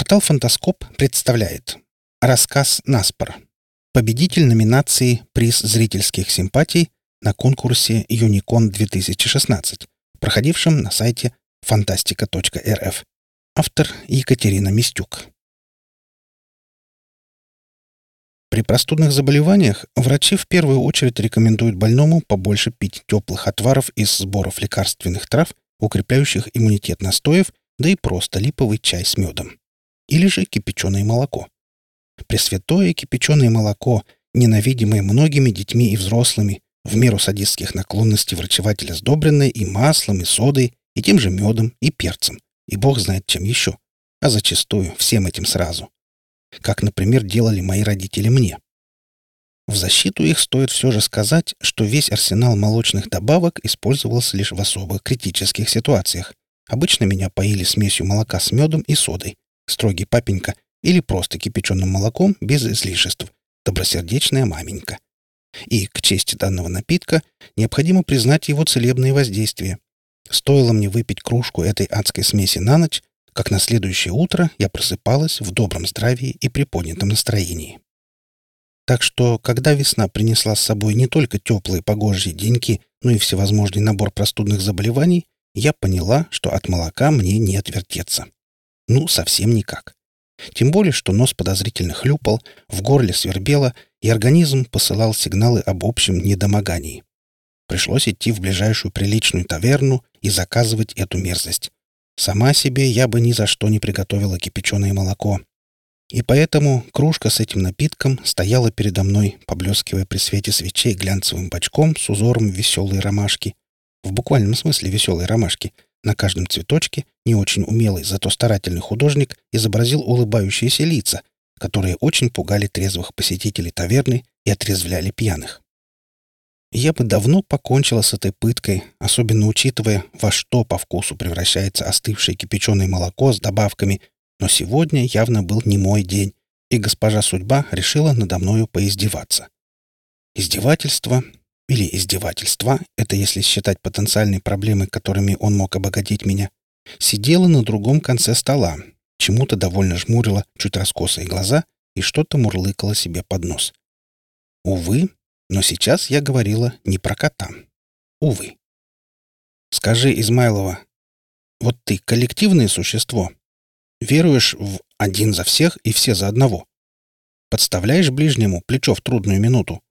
Портал «Фантаскоп» представляет рассказ «Наспор». Победитель номинации «Приз зрительских симпатий» на конкурсе «Юникон 2016», проходившем на сайте fantastica.rf. Автор Екатерина Мистюк. При простудных заболеваниях врачи в первую очередь рекомендуют больному побольше пить теплых отваров из сборов лекарственных трав, укрепляющих иммунитет настоев, да и просто липовый чай с медом. Или же кипяченое молоко. Пресвятое кипяченое молоко, ненавидимое многими детьми и взрослыми, в меру садистских наклонностей врачевателя сдобренное и маслом, и содой, и тем же медом, и перцем, и бог знает чем еще, а зачастую всем этим сразу. Как, например, делали мои родители мне. В защиту их стоит все же сказать, что весь арсенал молочных добавок использовался лишь в особых критических ситуациях. Обычно меня поили смесью молока с медом и содой, строгий папенька, или просто кипяченым молоком без излишеств, добросердечная маменька. И, к чести данного напитка, необходимо признать его целебные воздействия. Стоило мне выпить кружку этой адской смеси на ночь, как на следующее утро я просыпалась в добром здравии и приподнятом настроении. Так что, когда весна принесла с собой не только теплые погожие деньки, но и всевозможный набор простудных заболеваний, я поняла, что от молока мне не отвертеться. Ну, совсем никак. Тем более, что нос подозрительно хлюпал, в горле свербело, и организм посылал сигналы об общем недомогании. Пришлось идти в ближайшую приличную таверну и заказывать эту мерзость. Сама себе я бы ни за что не приготовила кипяченое молоко. И поэтому кружка с этим напитком стояла передо мной, поблескивая при свете свечей глянцевым бочком с узором веселой ромашки. В буквальном смысле веселой ромашки. На каждом цветочке не очень умелый, зато старательный художник изобразил улыбающиеся лица, которые очень пугали трезвых посетителей таверны и отрезвляли пьяных. Я бы давно покончила с этой пыткой, особенно учитывая, во что по вкусу превращается остывшее кипяченое молоко с добавками, но сегодня явно был не мой день, и госпожа судьба решила надо мною поиздеваться. Издевательство или издевательства, это если считать потенциальные проблемы, которыми он мог обогатить меня, сидела на другом конце стола, чему-то довольно жмурила чуть раскосые глаза и что-то мурлыкала себе под нос. Увы, но сейчас я говорила не про кота. Увы. Скажи, Измайлова, вот ты коллективное существо? Веруешь в один за всех и все за одного? Подставляешь ближнему плечо в трудную минуту?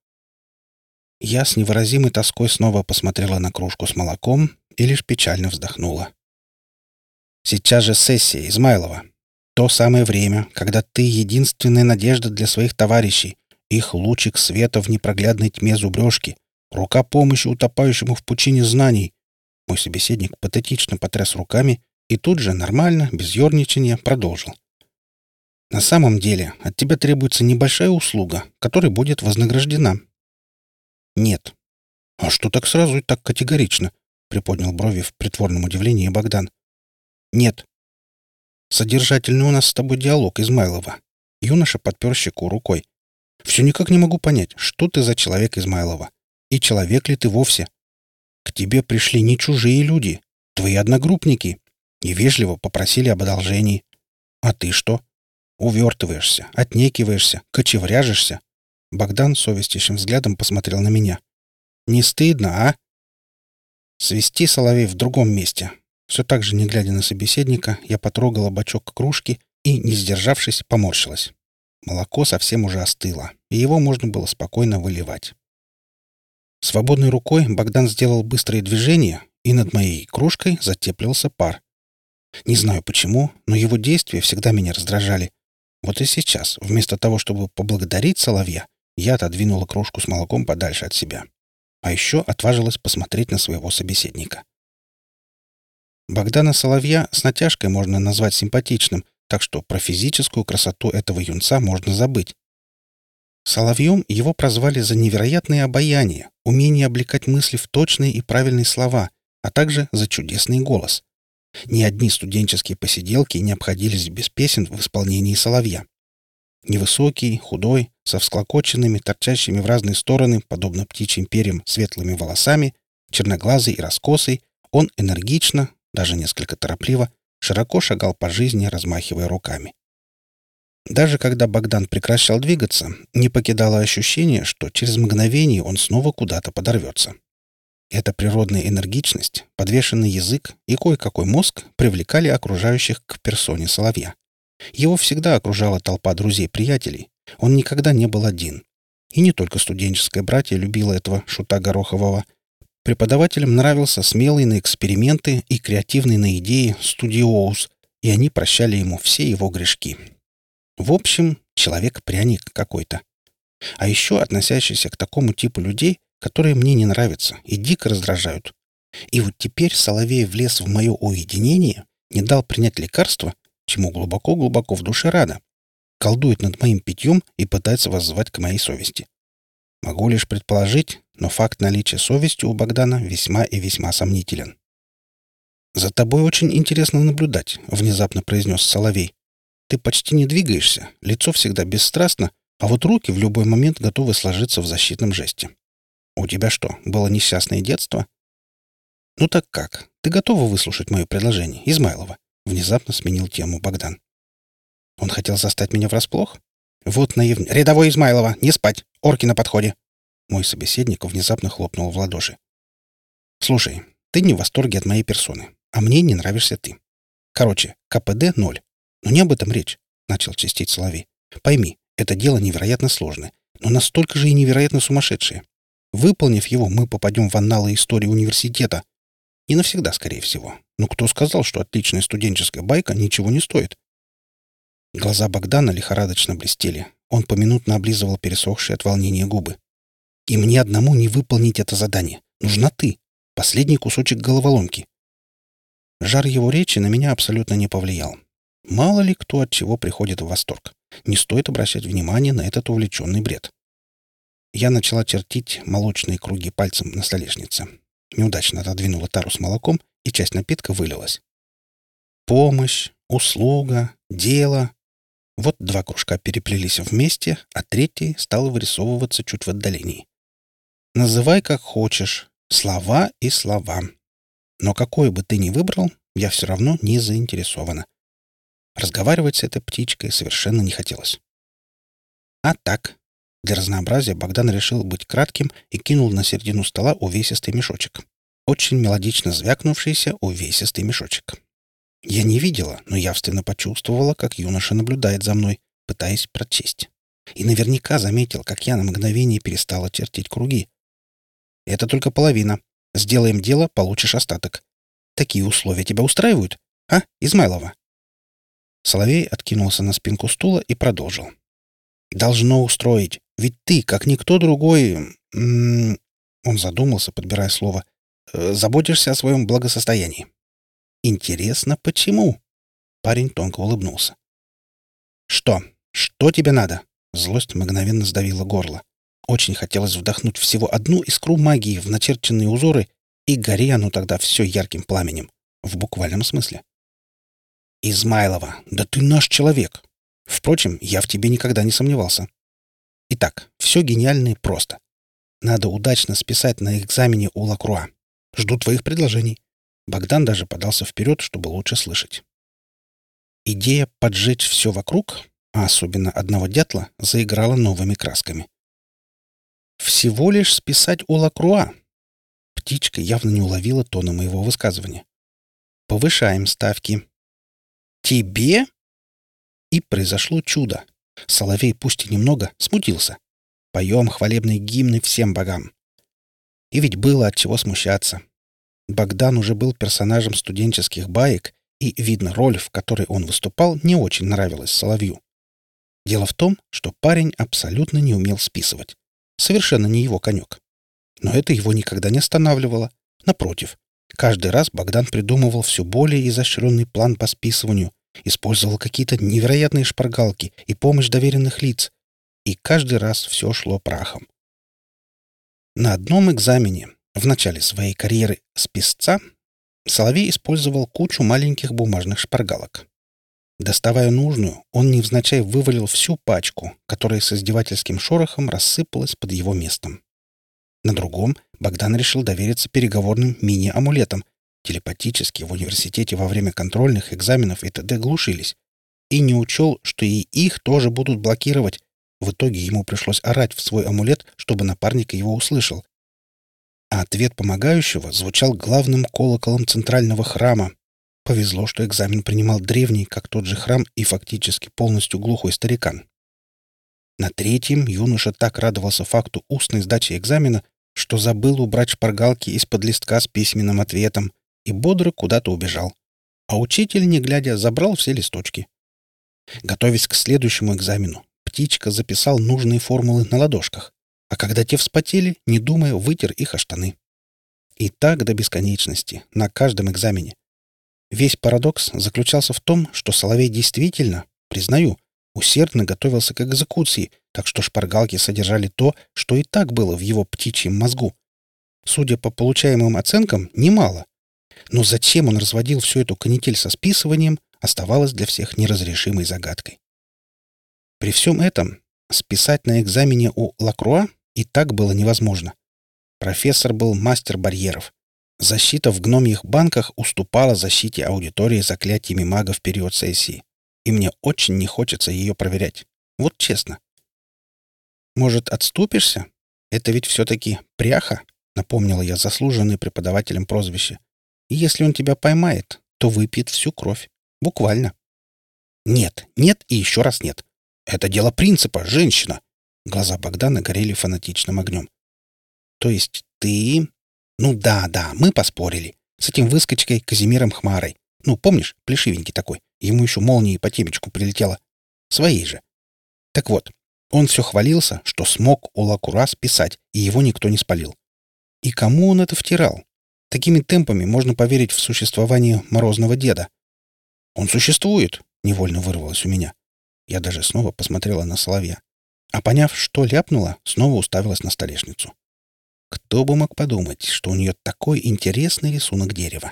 Я с невыразимой тоской снова посмотрела на кружку с молоком и лишь печально вздохнула. Сейчас же сессия, Измайлова. То самое время, когда ты единственная надежда для своих товарищей, их лучик света в непроглядной тьме зубрежки, рука помощи утопающему в пучине знаний. Мой собеседник патетично потряс руками и тут же нормально, без ерничания, продолжил. На самом деле от тебя требуется небольшая услуга, которая будет вознаграждена. Нет. А что так сразу и так категорично? Приподнял брови в притворном удивлении Богдан. Нет. Содержательный у нас с тобой диалог, Измайлова. Юноша подпер щеку рукой. Все никак не могу понять, что ты за человек, Измайлова. И человек ли ты вовсе? К тебе пришли не чужие люди, твои одногруппники, и вежливо попросили об одолжении. А ты что? Увертываешься, отнекиваешься, кочевряжешься. Богдан совестящим взглядом посмотрел на меня. «Не стыдно, а?» «Свести соловей в другом месте». Все так же, не глядя на собеседника, я потрогала бочок кружки и, не сдержавшись, поморщилась. Молоко совсем уже остыло, и его можно было спокойно выливать. Свободной рукой Богдан сделал быстрые движения, и над моей кружкой затеплился пар. Не знаю почему, но его действия всегда меня раздражали. Вот и сейчас, вместо того, чтобы поблагодарить соловья, я отодвинула кружку с молоком подальше от себя. А еще отважилась посмотреть на своего собеседника. Богдана Соловья с натяжкой можно назвать симпатичным, так что про физическую красоту этого юнца можно забыть. Соловьем его прозвали за невероятное обаяние, умение облекать мысли в точные и правильные слова, а также за чудесный голос. Ни одни студенческие посиделки не обходились без песен в исполнении Соловья. Невысокий, худой, со всклокоченными, торчащими в разные стороны, подобно птичьим перьям, светлыми волосами, черноглазый и раскосый, он энергично, даже несколько торопливо, широко шагал по жизни, размахивая руками. Даже когда Богдан прекращал двигаться, не покидало ощущение, что через мгновение он снова куда-то подорвется. Эта природная энергичность, подвешенный язык и кое-какой мозг привлекали окружающих к персоне соловья. Его всегда окружала толпа друзей-приятелей. Он никогда не был один. И не только студенческое братье любило этого шута Горохового. Преподавателям нравился смелый на эксперименты и креативный на идеи студиоус, и они прощали ему все его грешки. В общем, человек-пряник какой-то. А еще относящийся к такому типу людей, которые мне не нравятся и дико раздражают. И вот теперь Соловей влез в мое уединение, не дал принять лекарство, чему глубоко-глубоко в душе рада. Колдует над моим питьем и пытается воззвать к моей совести. Могу лишь предположить, но факт наличия совести у Богдана весьма и весьма сомнителен. «За тобой очень интересно наблюдать», — внезапно произнес Соловей. «Ты почти не двигаешься, лицо всегда бесстрастно, а вот руки в любой момент готовы сложиться в защитном жесте. У тебя что, было несчастное детство?» «Ну так как? Ты готова выслушать мое предложение, Измайлова?» — внезапно сменил тему Богдан. Он хотел застать меня врасплох? Вот наивный. «Рядовой Измайлова! Не спать! Орки на подходе!» Мой собеседник внезапно хлопнул в ладоши. «Слушай, ты не в восторге от моей персоны, а мне не нравишься ты. Короче, КПД 0. Но не об этом речь», — начал чистить Соловей. «Пойми, это дело невероятно сложное, но настолько же и невероятно сумасшедшее. Выполнив его, мы попадем в анналы истории университета. Не навсегда, скорее всего. Но кто сказал, что отличная студенческая байка ничего не стоит?» Глаза Богдана лихорадочно блестели. Он поминутно облизывал пересохшие от волнения губы. «И мне одному не выполнить это задание. Нужна ты. Последний кусочек головоломки». Жар его речи на меня абсолютно не повлиял. Мало ли кто от чего приходит в восторг. Не стоит обращать внимание на этот увлеченный бред. Я начала чертить молочные круги пальцем на столешнице. Неудачно отодвинула тару с молоком, и часть напитка вылилась. Помощь, услуга, дело. Вот два кружка переплелись вместе, а третий стал вырисовываться чуть в отдалении. Называй как хочешь. Слова и слова. Но какой бы ты ни выбрал, я все равно не заинтересована. Разговаривать с этой птичкой совершенно не хотелось. А так, для разнообразия Богдан решил быть кратким и кинул на середину стола увесистый мешочек. Очень мелодично звякнувшийся увесистый мешочек. Я не видела, но явственно почувствовала, как юноша наблюдает за мной, пытаясь прочесть. И наверняка заметил, как я на мгновение перестала чертить круги. Это только половина. Сделаем дело, получишь остаток. Такие условия тебя устраивают? А, Измайлова?» Соловей откинулся на спинку стула и продолжил. «Должно устроить. Ведь ты, как никто другой...» Он задумался, подбирая слово. «Заботишься о своем благосостоянии». «Интересно, почему?» Парень тонко улыбнулся. «Что? Что тебе надо?» Злость мгновенно сдавила горло. Очень хотелось вдохнуть всего одну искру магии в начерченные узоры, и гори оно тогда все ярким пламенем. В буквальном смысле. «Измайлова, да ты наш человек. Впрочем, я в тебе никогда не сомневался. Итак, все гениально и просто. Надо удачно списать на экзамене у Лакруа. Жду твоих предложений». Богдан даже подался вперед, чтобы лучше слышать. Идея поджечь все вокруг, а особенно одного дятла, заиграла новыми красками. «Всего лишь списать у Лакруа». Птичка явно не уловила тона моего высказывания. «Повышаем ставки». «Тебе?» И произошло чудо. Соловей, пусть и немного, смутился. Поем хвалебные гимны всем богам. И ведь было от чего смущаться. Богдан уже был персонажем студенческих баек, и, видно, роль, в которой он выступал, не очень нравилась Соловью. Дело в том, что парень абсолютно не умел списывать. Совершенно не его конек. Но это его никогда не останавливало. Напротив, каждый раз Богдан придумывал все более изощренный план по списыванию, использовал какие-то невероятные шпаргалки и помощь доверенных лиц. И каждый раз все шло прахом. На одном экзамене, в начале своей карьеры списца, Соловей использовал кучу маленьких бумажных шпаргалок. Доставая нужную, он невзначай вывалил всю пачку, которая с издевательским шорохом рассыпалась под его местом. На другом Богдан решил довериться переговорным мини-амулетам. Телепатически в университете во время контрольных экзаменов и т.д. глушились. и не учел, что и их тоже будут блокировать. В итоге ему пришлось орать в свой амулет, чтобы напарник его услышал. А ответ помогающего звучал главным колоколом центрального храма. Повезло, что экзамен принимал древний, как тот же храм, и фактически полностью глухой старикан. На третьем юноша так радовался факту устной сдачи экзамена, что забыл убрать шпаргалки из-под листка с письменным ответом и бодро куда-то убежал. А учитель, не глядя, забрал все листочки. Готовясь к следующему экзамену, птичка записал нужные формулы на ладошках, а когда те вспотели, не думая, вытер их о штаны. И так до бесконечности, на каждом экзамене. Весь парадокс заключался в том, что Соловей действительно, признаю, усердно готовился к экзекуции, так что шпаргалки содержали то, что и так было в его птичьем мозгу. Судя по получаемым оценкам, немало. Но зачем он разводил всю эту канитель со списыванием, оставалось для всех неразрешимой загадкой. При всем этом списать на экзамене у Лакруа и так было невозможно. Профессор был мастер барьеров. Защита в гномьих банках уступала защите аудитории заклятиями мага в период сессии. И мне очень не хочется ее проверять. Вот честно. «Может, отступишься? Это ведь все-таки пряха», — напомнила я заслуженное преподавателем прозвище. «И если он тебя поймает, то выпьет всю кровь. Буквально». «Нет, нет и еще раз нет. Это дело принципа, женщина!» Глаза Богдана горели фанатичным огнем. «То есть ты...» «Ну да, мы поспорили. С этим выскочкой Казимиром Хмарой. Ну, помнишь, плешивенький такой. Ему еще молнией по темечку прилетело. Своей же. Так вот, он все хвалился, что смог у Лакруа списать, и его никто не спалил. И кому он это втирал? Такими темпами можно поверить в существование Морозного деда. «Он существует!» — невольно вырвалось у меня. Я даже снова посмотрела на Соловья. А поняв, что ляпнула, снова уставилась на столешницу. Кто бы мог подумать, что у нее такой интересный рисунок дерева.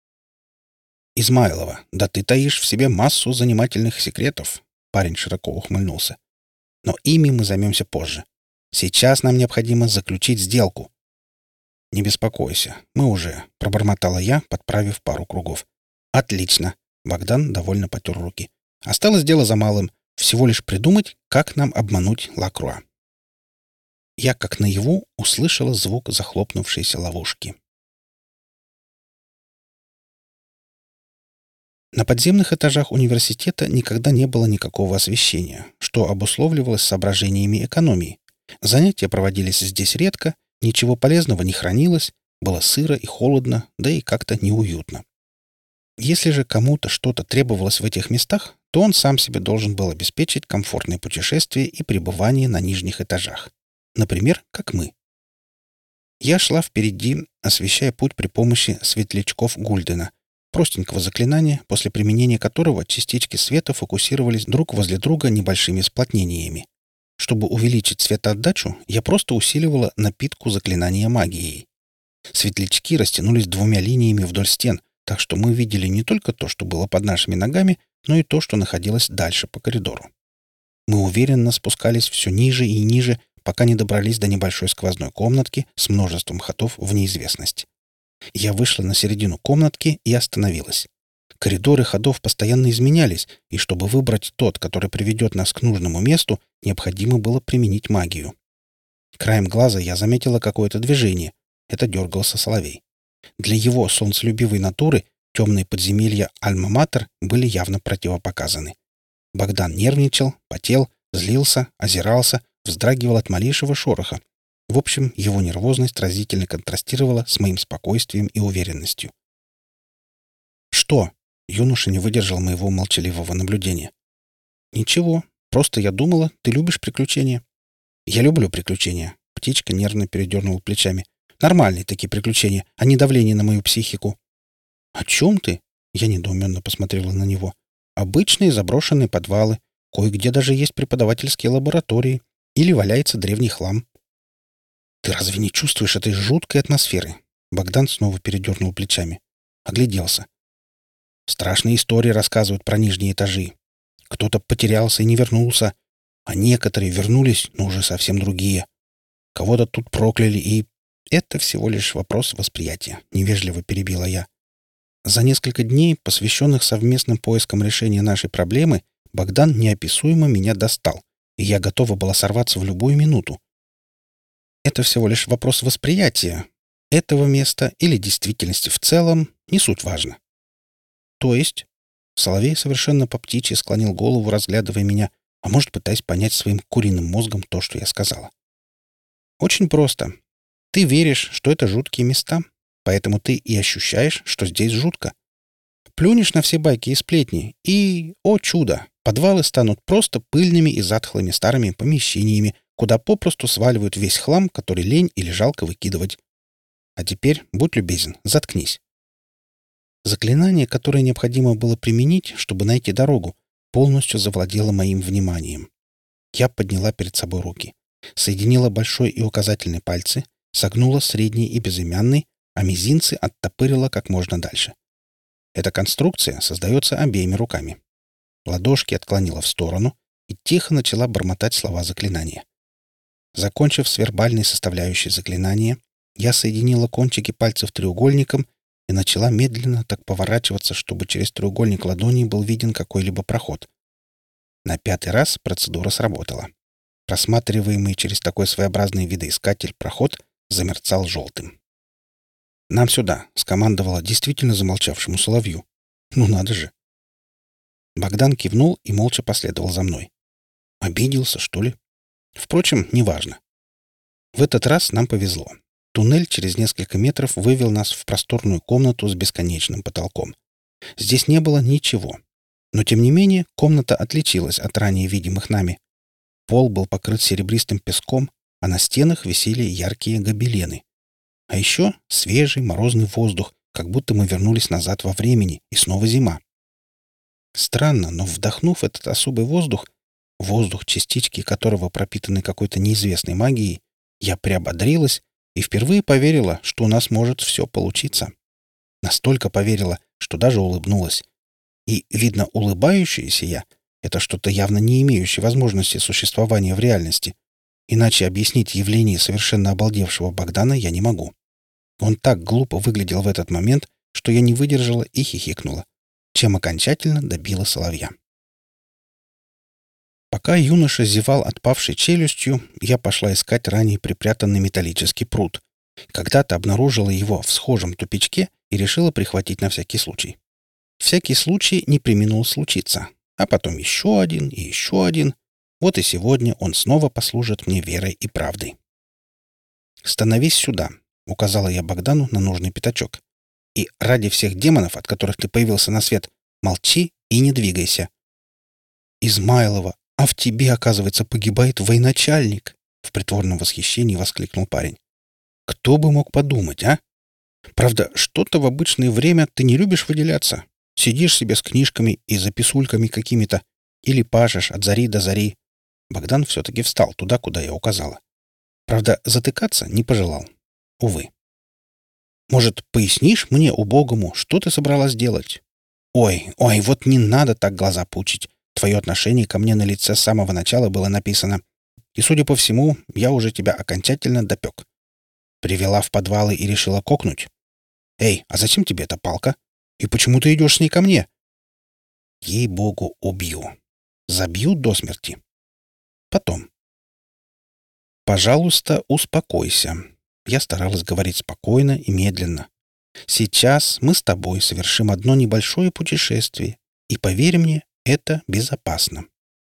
«Измайлова, да ты таишь в себе массу занимательных секретов», — парень широко ухмыльнулся. «Но ими мы займемся позже. Сейчас нам необходимо заключить сделку». «Не беспокойся, мы уже», — пробормотала я, подправив пару кругов. «Отлично», — Богдан довольно потер руки. «Осталось дело за малым. Всего лишь придумать, как нам обмануть Лакруа». Я, как наяву, услышала звук захлопнувшейся ловушки. На подземных этажах университета никогда не было никакого освещения, что обусловливалось соображениями экономии. Занятия проводились здесь редко, ничего полезного не хранилось, было сыро и холодно, да и как-то неуютно. Если же кому-то что-то требовалось в этих местах, то он сам себе должен был обеспечить комфортное путешествие и пребывание на нижних этажах. Например, как мы. Я шла впереди, освещая путь при помощи светлячков Гульдена, простенького заклинания, после применения которого частички света фокусировались друг возле друга небольшими сплотнениями. Чтобы увеличить светоотдачу, я просто усиливала напитку заклинания магией. Светлячки растянулись двумя линиями вдоль стен, так что мы видели не только то, что было под нашими ногами, но и то, что находилось дальше по коридору. Мы уверенно спускались все ниже и ниже, пока не добрались до небольшой сквозной комнатки с множеством ходов в неизвестность. Я вышла на середину комнатки и остановилась. Коридоры ходов постоянно изменялись, и чтобы выбрать тот, который приведет нас к нужному месту, необходимо было применить магию. Краем глаза я заметила какое-то движение. Это дергался Соловей. Для его солнцелюбивой натуры темные подземелья Альма-Матер были явно противопоказаны. Богдан нервничал, потел, злился, озирался, вздрагивал от малейшего шороха. В общем, его нервозность разительно контрастировала с моим спокойствием и уверенностью. «Что?» — юноша не выдержал моего молчаливого наблюдения. «Ничего, просто я думала, ты любишь приключения». «Я люблю приключения», — птичка нервно передернула плечами. «Нормальные такие приключения, а не давление на мою психику». «О чем ты?» — я недоуменно посмотрела на него. «Обычные заброшенные подвалы, кое-где даже есть преподавательские лаборатории, или валяется древний хлам». «Ты разве не чувствуешь этой жуткой атмосферы?» Богдан снова передернул плечами. Огляделся. «Страшные истории рассказывают про нижние этажи. Кто-то потерялся и не вернулся, а некоторые вернулись, но уже совсем другие. Кого-то тут прокляли, и... Это всего лишь вопрос восприятия», — невежливо перебила я. За несколько дней, посвященных совместным поискам решения нашей проблемы, Богдан неописуемо меня достал, и я готова была сорваться в любую минуту. Это всего лишь вопрос восприятия. Этого места или действительности в целом не суть важно. То есть? Соловей совершенно по птичьи склонил голову, разглядывая меня, а может, пытаясь понять своим куриным мозгом то, что я сказала. Очень просто. Ты веришь, что это жуткие места, поэтому ты и ощущаешь, что здесь жутко. Плюнешь на все байки и сплетни, и, о чудо, подвалы станут просто пыльными и затхлыми старыми помещениями, куда попросту сваливают весь хлам, который лень или жалко выкидывать. А теперь, будь любезен, заткнись. Заклинание, которое необходимо было применить, чтобы найти дорогу, полностью завладело моим вниманием. Я подняла перед собой руки, соединила большой и указательный пальцы, согнула средний и безымянный, а мизинцы оттопырила как можно дальше. Эта конструкция создается обеими руками. Ладошки отклонила в сторону и тихо начала бормотать слова заклинания. Закончив с вербальной составляющей заклинания, я соединила кончики пальцев треугольником и начала медленно так поворачиваться, чтобы через треугольник ладони был виден какой-либо проход. На 5-й раз процедура сработала. Просматриваемый через такой своеобразный видоискатель проход замерцал желтым. «Нам сюда!» — скомандовала действительно замолчавшему соловью. «Ну надо же!» Богдан кивнул и молча последовал за мной. Обиделся, что ли? Впрочем, неважно. В этот раз нам повезло. Туннель через несколько метров вывел нас в просторную комнату с бесконечным потолком. Здесь не было ничего. Но, тем не менее, комната отличилась от ранее видимых нами. Пол был покрыт серебристым песком, а на стенах висели яркие гобелены. А еще свежий морозный воздух, как будто мы вернулись назад во времени, и снова зима. Странно, но вдохнув этот особый воздух, частички которого пропитаны какой-то неизвестной магией, я приободрилась и впервые поверила, что у нас может все получиться. Настолько поверила, что даже улыбнулась. И, видно, улыбающаяся я — это что-то явно не имеющее возможности существования в реальности. Иначе объяснить явление совершенно обалдевшего Богдана я не могу. Он так глупо выглядел в этот момент, что я не выдержала и хихикнула, чем окончательно добила соловья. Пока юноша зевал отпавшей челюстью, я пошла искать ранее припрятанный металлический прут. Когда-то обнаружила его в схожем тупичке и решила прихватить на всякий случай. Всякий случай не преминул случиться, а потом еще один и еще один. Вот и сегодня он снова послужит мне верой и правдой. «Становись сюда», — указала я Богдану на нужный пятачок. «И ради всех демонов, от которых ты появился на свет, молчи и не двигайся». «Измайлова, а в тебе, оказывается, погибает военачальник!» — в притворном восхищении воскликнул парень. «Кто бы мог подумать, а? Правда, что-то в обычное время ты не любишь выделяться. Сидишь себе с книжками и записульками какими-то, или пашешь от зари до зари». Богдан все-таки встал туда, куда я указала. Правда, затыкаться не пожелал. Увы. «Может, пояснишь мне, убогому, что ты собралась делать?» «Ой, вот не надо так глаза пучить. Твое отношение ко мне на лице с самого начала было написано. И, судя по всему, я уже тебя окончательно допек. Привела в подвалы и решила кокнуть. Эй, а зачем тебе эта палка? И почему ты идешь с ней ко мне?» «Ей-богу, убью. Забью до смерти. Потом». «Пожалуйста, успокойся». Я старалась говорить спокойно и медленно. «Сейчас мы с тобой совершим одно небольшое путешествие, и, поверь мне, это безопасно».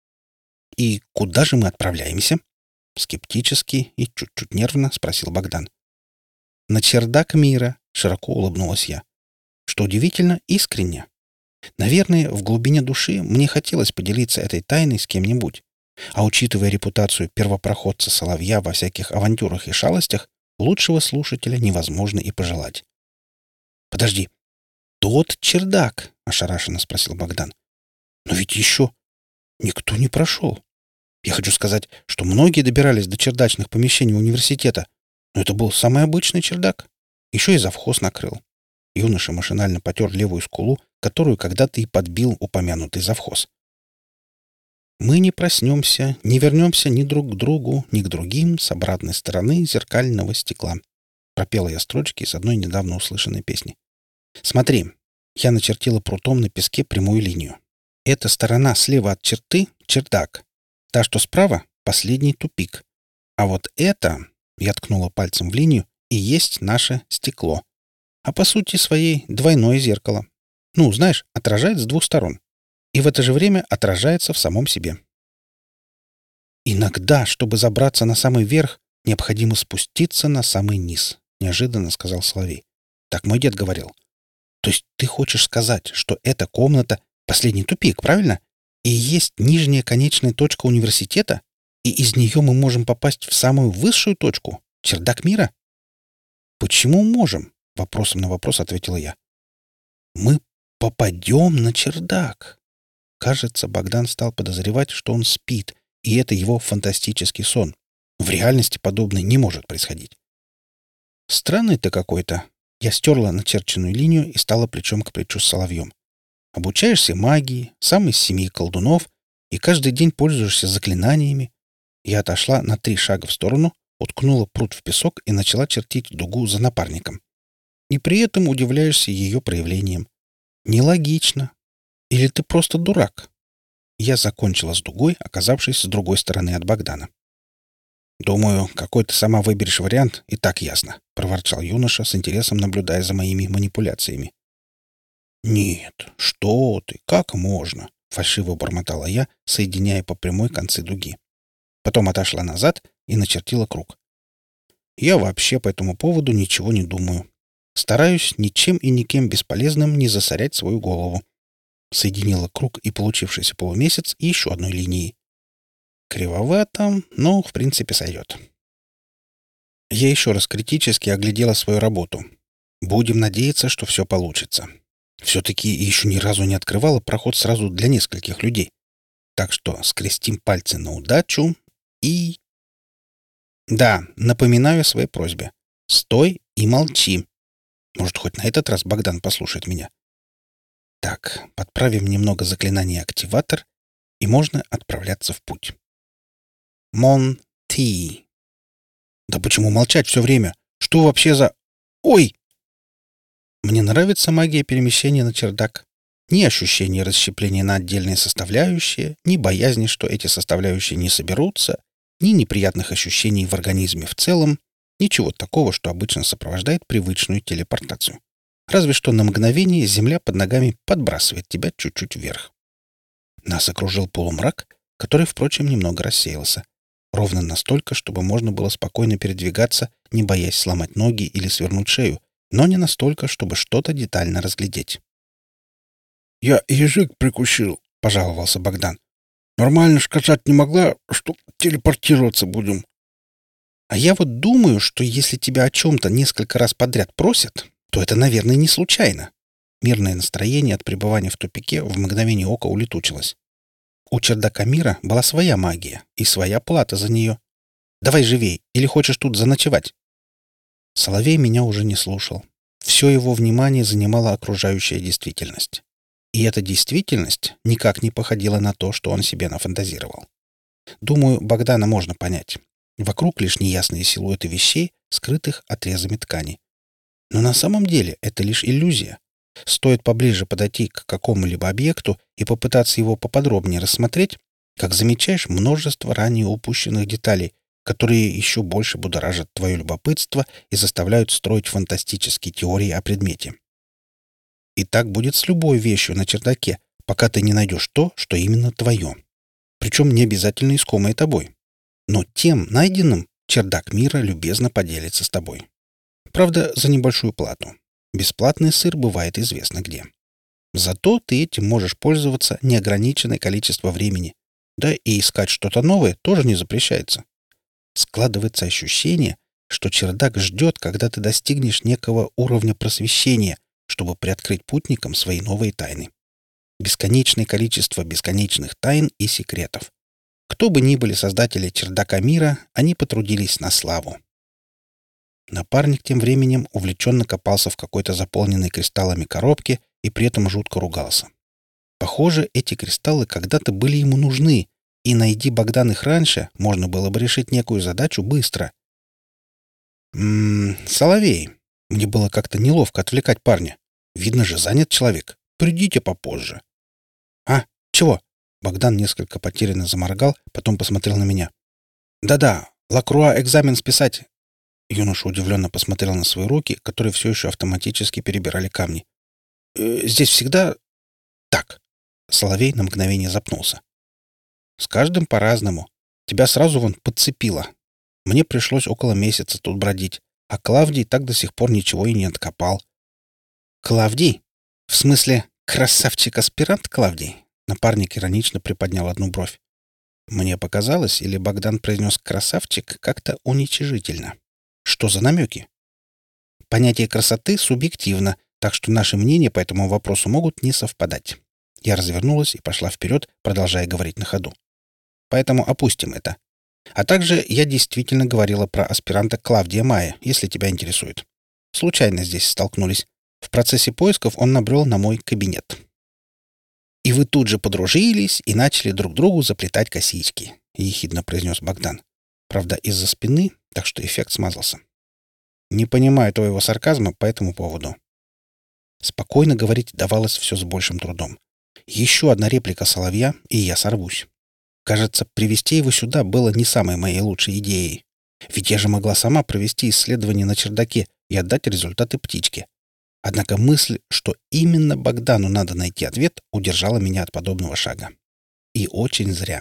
«И куда же мы отправляемся?» Скептически и чуть-чуть нервно спросил Богдан. «На чердак мира», — широко улыбнулась я. Что удивительно, искренне. Наверное, в глубине души мне хотелось поделиться этой тайной с кем-нибудь. А учитывая репутацию первопроходца Соловья во всяких авантюрах и шалостях, лучшего слушателя невозможно и пожелать. «Подожди, тот чердак?» — ошарашенно спросил Богдан. «Но ведь еще никто не прошел. Я хочу сказать, что многие добирались до чердачных помещений университета, но это был самый обычный чердак. Еще и завхоз накрыл». Юноша машинально потер левую скулу, которую когда-то и подбил упомянутый завхоз. «Мы не проснемся, не вернемся ни друг к другу, ни к другим с обратной стороны зеркального стекла», — пропела я строчки из одной недавно услышанной песни. «Смотри, я начертила прутом на песке прямую линию. Эта сторона слева от черты — чердак. Та, что справа — последний тупик. А вот это, я ткнула пальцем в линию, и есть наше стекло. А по сути своей двойное зеркало. Ну, знаешь, отражает с двух сторон. И в это же время отражается в самом себе. «Иногда, чтобы забраться на самый верх, необходимо спуститься на самый низ», — неожиданно сказал Соловей. «Так мой дед говорил. То есть ты хочешь сказать, что эта комната — последний тупик, правильно? И есть нижняя конечная точка университета? И из нее мы можем попасть в самую высшую точку — чердак мира?» «Почему можем?» — вопросом на вопрос ответила я. «Мы попадем на чердак». Кажется, Богдан стал подозревать, что он спит, и это его фантастический сон. В реальности подобное не может происходить. Странный ты какой-то. Я стерла начерченную линию и стала плечом к плечу с Соловьем. Обучаешься магии, сам из семьи колдунов, и каждый день пользуешься заклинаниями. Я отошла на 3 шага в сторону, уткнула прут в песок и начала чертить дугу за напарником. И при этом удивляешься ее проявлением. Нелогично. Или ты просто дурак? Я закончила с дугой, оказавшись с другой стороны от Богдана. «Думаю, какой ты сама выберешь вариант, и так ясно», — проворчал юноша, с интересом наблюдая за моими манипуляциями. «Нет, что ты, как можно?» — фальшиво бормотала я, соединяя по прямой концы дуги. Потом отошла назад и начертила круг. Я вообще по этому поводу ничего не думаю. Стараюсь ничем и никем бесполезным не засорять свою голову. Соединила круг и получившийся полумесяц еще одной линией. Кривовато, но, в принципе, сойдет. Я еще раз критически оглядела свою работу. Будем надеяться, что все получится. Все-таки еще ни разу не открывала проход сразу для нескольких людей. Так что скрестим пальцы на удачу и... Да, напоминаю о своей просьбе. Стой и молчи. Может, хоть на этот раз Богдан послушает меня. Так, подправим немного заклинание «Активатор», и можно отправляться в путь. Мон-Ти. Да почему молчать все время? Что вообще за... Ой! Мне нравится магия перемещения на чердак. Ни ощущения расщепления на отдельные составляющие, ни боязни, что эти составляющие не соберутся, ни неприятных ощущений в организме в целом, ничего такого, что обычно сопровождает привычную телепортацию. Разве что на мгновение земля под ногами подбрасывает тебя чуть-чуть вверх. Нас окружил полумрак, который, впрочем, немного рассеялся. Ровно настолько, чтобы можно было спокойно передвигаться, не боясь сломать ноги или свернуть шею, но не настолько, чтобы что-то детально разглядеть. «Я язык прикусил», — пожаловался Богдан. «Нормально сказать не могла, что телепортироваться будем». А я вот думаю, что если тебя о чем-то несколько раз подряд просят, то это, наверное, не случайно. Мирное настроение от пребывания в тупике в мгновение ока улетучилось. У чердака мира была своя магия и своя плата за нее. Давай живей, или хочешь тут заночевать? Соловей меня уже не слушал. Все его внимание занимала окружающая действительность. И эта действительность никак не походила на то, что он себе нафантазировал. Думаю, Богдана можно понять. Вокруг лишь неясные силуэты вещей, скрытых отрезами ткани. Но на самом деле это лишь иллюзия. Стоит поближе подойти к какому-либо объекту и попытаться его поподробнее рассмотреть, как замечаешь множество ранее упущенных деталей, которые еще больше будоражат твое любопытство и заставляют строить фантастические теории о предмете. И так будет с любой вещью на чердаке, пока ты не найдешь то, что именно твое. Причем не обязательно искомое тобой. Но тем найденным чердак мира любезно поделится с тобой. Правда, за небольшую плату. Бесплатный сыр бывает известно где. Зато ты этим можешь пользоваться неограниченное количество времени. Да и искать что-то новое тоже не запрещается. Складывается ощущение, что чердак ждет, когда ты достигнешь некого уровня просвещения, чтобы приоткрыть путникам свои новые тайны. Бесконечное количество бесконечных тайн и секретов. Кто бы ни были создатели чердака мира, они потрудились на славу. Напарник тем временем увлеченно копался в какой-то заполненной кристаллами коробке и при этом жутко ругался. Похоже, эти кристаллы когда-то были ему нужны, и найди Богдан их раньше, можно было бы решить некую задачу быстро. Соловей. Мне было как-то неловко отвлекать парня. Видно же, занят человек. Придите попозже. А, Чего?» Богдан несколько потерянно заморгал, потом посмотрел на меня. «Да-да, Лакруа экзамен списать». Юноша удивленно посмотрел на свои руки, которые все еще автоматически перебирали камни. «Здесь всегда так». Соловей на мгновение запнулся. «С каждым по-разному. Тебя сразу вон подцепило. Мне пришлось около месяца тут бродить, а Клавдий так до сих пор ничего и не откопал». «Клавдий? В смысле, красавчик-аспирант Клавдий?» Напарник иронично приподнял одну бровь. Мне показалось, или Богдан произнес «красавчик» как-то уничижительно. Что за намеки? Понятие красоты субъективно, так что наши мнения по этому вопросу могут не совпадать. Я развернулась и пошла вперед, продолжая говорить на ходу. Поэтому опустим это. А также я действительно говорила про аспиранта Клавдия Мая, если тебя интересует. Случайно здесь столкнулись. В процессе поисков он набрел на мой кабинет. «И вы тут же подружились и начали друг другу заплетать косички», — ехидно произнес Богдан. Правда, из-за спины, так что эффект смазался. «Не понимаю твоего сарказма по этому поводу». Спокойно говорить давалось все с большим трудом. Еще одна реплика соловья, и я сорвусь. Кажется, привести его сюда было не самой моей лучшей идеей. Ведь я же могла сама провести исследование на чердаке и отдать результаты птичке. Однако мысль, что именно Богдану надо найти ответ, удержала меня от подобного шага. И очень зря.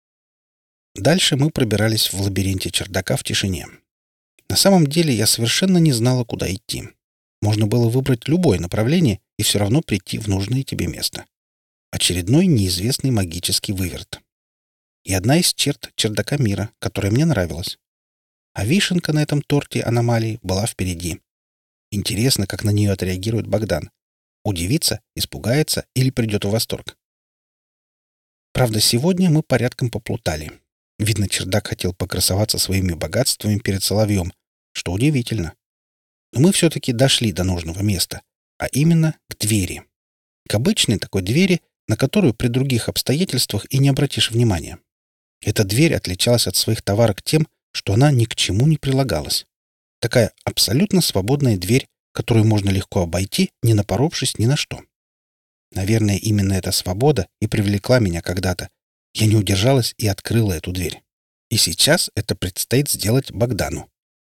Дальше мы пробирались в лабиринте чердака в тишине. На самом деле я совершенно не знала, куда идти. Можно было выбрать любое направление и все равно прийти в нужное тебе место. Очередной неизвестный магический выверт. И одна из черт чердака мира, которая мне нравилась. А вишенка на этом торте аномалии была впереди. Интересно, как на нее отреагирует Богдан. Удивится, испугается или придет в восторг. Правда, сегодня мы порядком поплутали. Видно, чердак хотел покрасоваться своими богатствами перед соловьем, что удивительно. Но мы все-таки дошли до нужного места, а именно к двери. К обычной такой двери, на которую при других обстоятельствах и не обратишь внимания. Эта дверь отличалась от своих товарок тем, что она ни к чему не прилагалась. Такая абсолютно свободная дверь, которую можно легко обойти, не напоровшись ни на что. Наверное, именно эта свобода и привлекла меня когда-то. Я не удержалась и открыла эту дверь. И сейчас это предстоит сделать Богдану.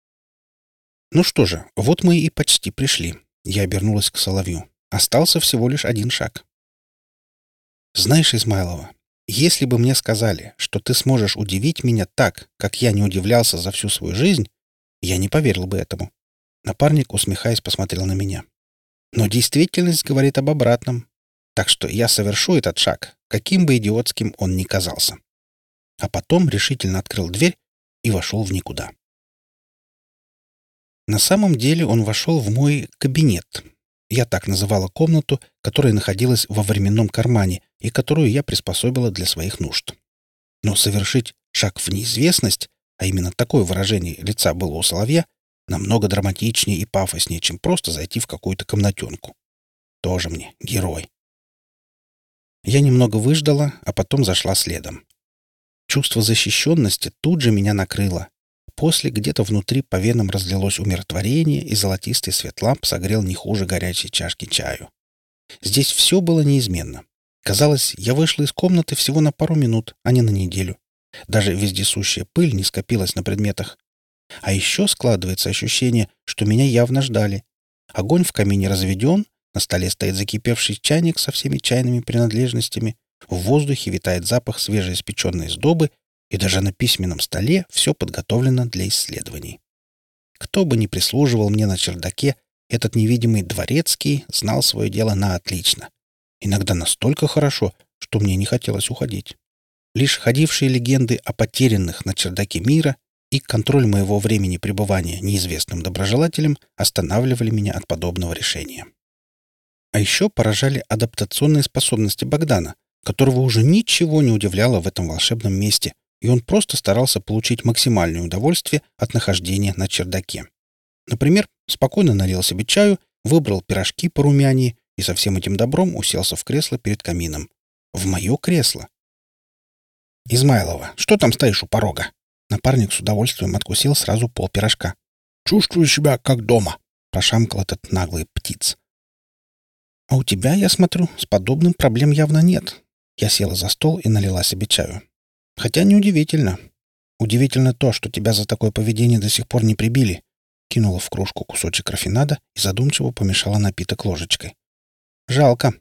Ну что же, вот мы и почти пришли. Я обернулась к соловью. Остался всего лишь один шаг. Знаешь, Измайлова, если бы мне сказали, что ты сможешь удивить меня так, как я не удивлялся за всю свою жизнь, я не поверил бы этому. Напарник, усмехаясь, посмотрел на меня. Но действительность говорит об обратном. Так что я совершу этот шаг, каким бы идиотским он ни казался. А потом решительно открыл дверь и вошел в никуда. На самом деле он вошел в мой кабинет. Я так называла комнату, которая находилась во временном кармане и которую я приспособила для своих нужд. Но совершить шаг в неизвестность, а именно такое выражение лица было у соловья, намного драматичнее и пафоснее, чем просто зайти в какую-то комнатенку. Тоже мне герой. Я немного выждала, а потом зашла следом. Чувство защищенности тут же меня накрыло. После где-то внутри по венам разлилось умиротворение, и золотистый свет ламп согрел не хуже горячей чашки чаю. Здесь все было неизменно. Казалось, я вышла из комнаты всего на пару минут, а не на неделю. Даже вездесущая пыль не скопилась на предметах. А еще складывается ощущение, что меня явно ждали. Огонь в камине разведен, на столе стоит закипевший чайник со всеми чайными принадлежностями, в воздухе витает запах свежеиспеченной сдобы, и даже на письменном столе все подготовлено для исследований. Кто бы ни прислуживал мне на чердаке, этот невидимый дворецкий знал свое дело на отлично. Иногда настолько хорошо, что мне не хотелось уходить. Лишь ходившие легенды о потерянных на чердаке мира и контроль моего времени пребывания неизвестным доброжелателем останавливали меня от подобного решения. А еще поражали адаптационные способности Богдана, которого уже ничего не удивляло в этом волшебном месте, и он просто старался получить максимальное удовольствие от нахождения на чердаке. Например, спокойно налил себе чаю, выбрал пирожки порумянее и со всем этим добром уселся в кресло перед камином. В мое кресло. «Измайлова, что там стоишь у порога?» Напарник с удовольствием откусил сразу полпирожка. «Чувствую себя как дома», — прошамкал этот наглый птиц. «А у тебя, я смотрю, с подобным проблем явно нет. Я села за стол и налила себе чаю. Хотя неудивительно. Удивительно то, что тебя за такое поведение до сих пор не прибили. Кинула в кружку кусочек рафинада и задумчиво помешала напиток ложечкой. Жалко.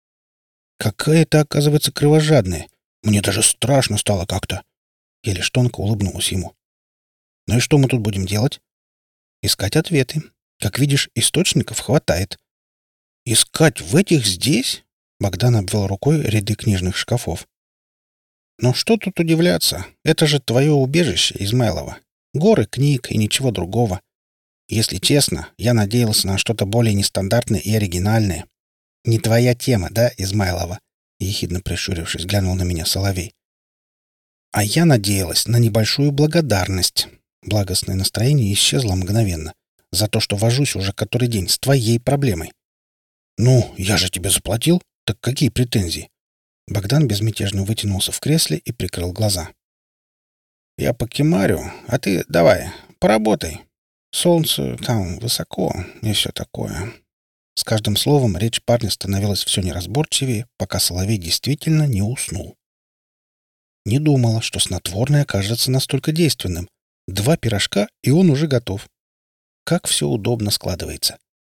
Какая ты, оказывается, кровожадная. Мне даже страшно стало как-то. Я лишь тонко улыбнулась ему. Ну и что мы тут будем делать? Искать ответы. Как видишь, источников хватает. Искать в этих здесь? Богдан обвел рукой ряды книжных шкафов. «Ну что тут удивляться? Это же твое убежище, Измайлова. Горы книг и ничего другого. Если честно, я надеялся на что-то более нестандартное и оригинальное. Не твоя тема, да, Измайлова?» Ехидно прищурившись, глянул на меня Соловей. «А я надеялась на небольшую благодарность». Благостное настроение исчезло мгновенно. «За то, что вожусь уже который день с твоей проблемой». «Ну, я же тебе заплатил. Так какие претензии?» Богдан безмятежно вытянулся в кресле и прикрыл глаза. «Я покемарю, а ты давай, поработай. Солнце там высоко и все такое». С каждым словом речь парня становилась все неразборчивее, пока Соловей действительно не уснул. Не думала, что снотворное окажется настолько действенным. 2 пирожка, и он уже готов. Как все удобно складывается.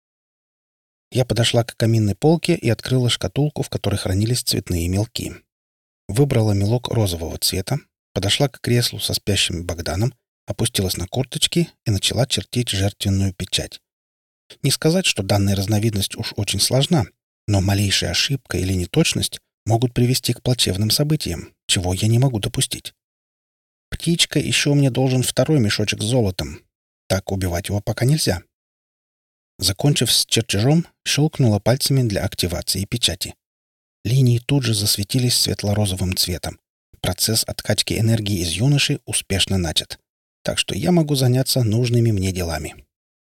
Я подошла к каминной полке и открыла шкатулку, в которой хранились цветные мелки. Выбрала мелок розового цвета, подошла к креслу со спящим Богданом, опустилась на корточки и начала чертить жертвенную печать. Не сказать, что данная разновидность уж очень сложна, но малейшая ошибка или неточность могут привести к плачевным событиям, чего я не могу допустить. Птичка еще мне должен 2-й мешочек с золотом. Так убивать его пока нельзя. Закончив с чертежом, щелкнула пальцами для активации печати. Линии тут же засветились светло-розовым цветом. Процесс откачки энергии из юноши успешно начат. Так что я могу заняться нужными мне делами.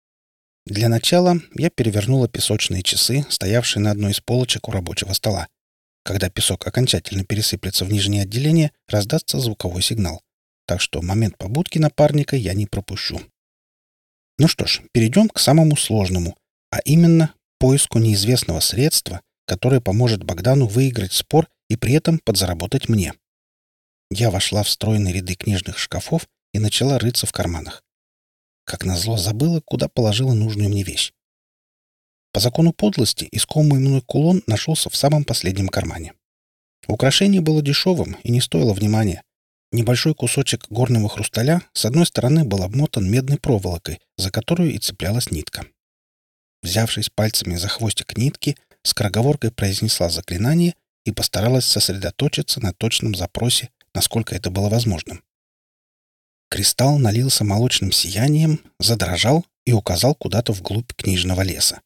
Для начала я перевернула песочные часы, стоявшие на одной из полочек у рабочего стола. Когда песок окончательно пересыплется в нижнее отделение, раздастся звуковой сигнал. Так что момент побудки напарника я не пропущу. Ну что ж, перейдем к самому сложному, а именно поиску неизвестного средства, которое поможет Богдану выиграть спор и при этом подзаработать мне. Я вошла в стройные ряды книжных шкафов и начала рыться в карманах. Как назло, забыла, куда положила нужную мне вещь. По закону подлости искомый мной кулон нашелся в самом последнем кармане. Украшение было дешевым и не стоило внимания. Небольшой кусочек горного хрусталя с одной стороны был обмотан медной проволокой, за которую и цеплялась нитка. Взявшись пальцами за хвостик нитки, скороговоркой произнесла заклинание и постаралась сосредоточиться на точном запросе, насколько это было возможным. Кристалл налился молочным сиянием, задрожал и указал куда-то вглубь книжного леса.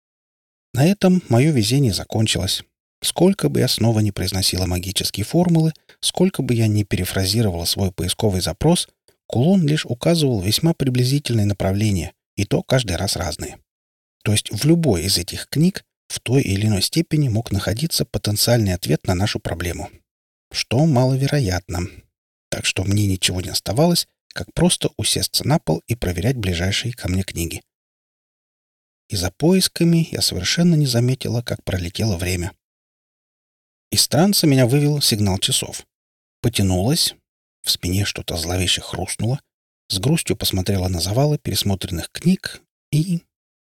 На этом мое везение закончилось. Сколько бы я снова не произносила магические формулы, сколько бы я не перефразировала свой поисковый запрос, кулон лишь указывал весьма приблизительное направление, и то каждый раз разные. То есть в любой из этих книг в той или иной степени мог находиться потенциальный ответ на нашу проблему. Что маловероятно. Так что мне ничего не оставалось, как просто усесться на пол и проверять ближайшие ко мне книги. И за поисками я совершенно не заметила, как пролетело время. Из транса меня вывел сигнал часов. Потянулась, в спине что-то зловеще хрустнуло, с грустью посмотрела на завалы пересмотренных книг и...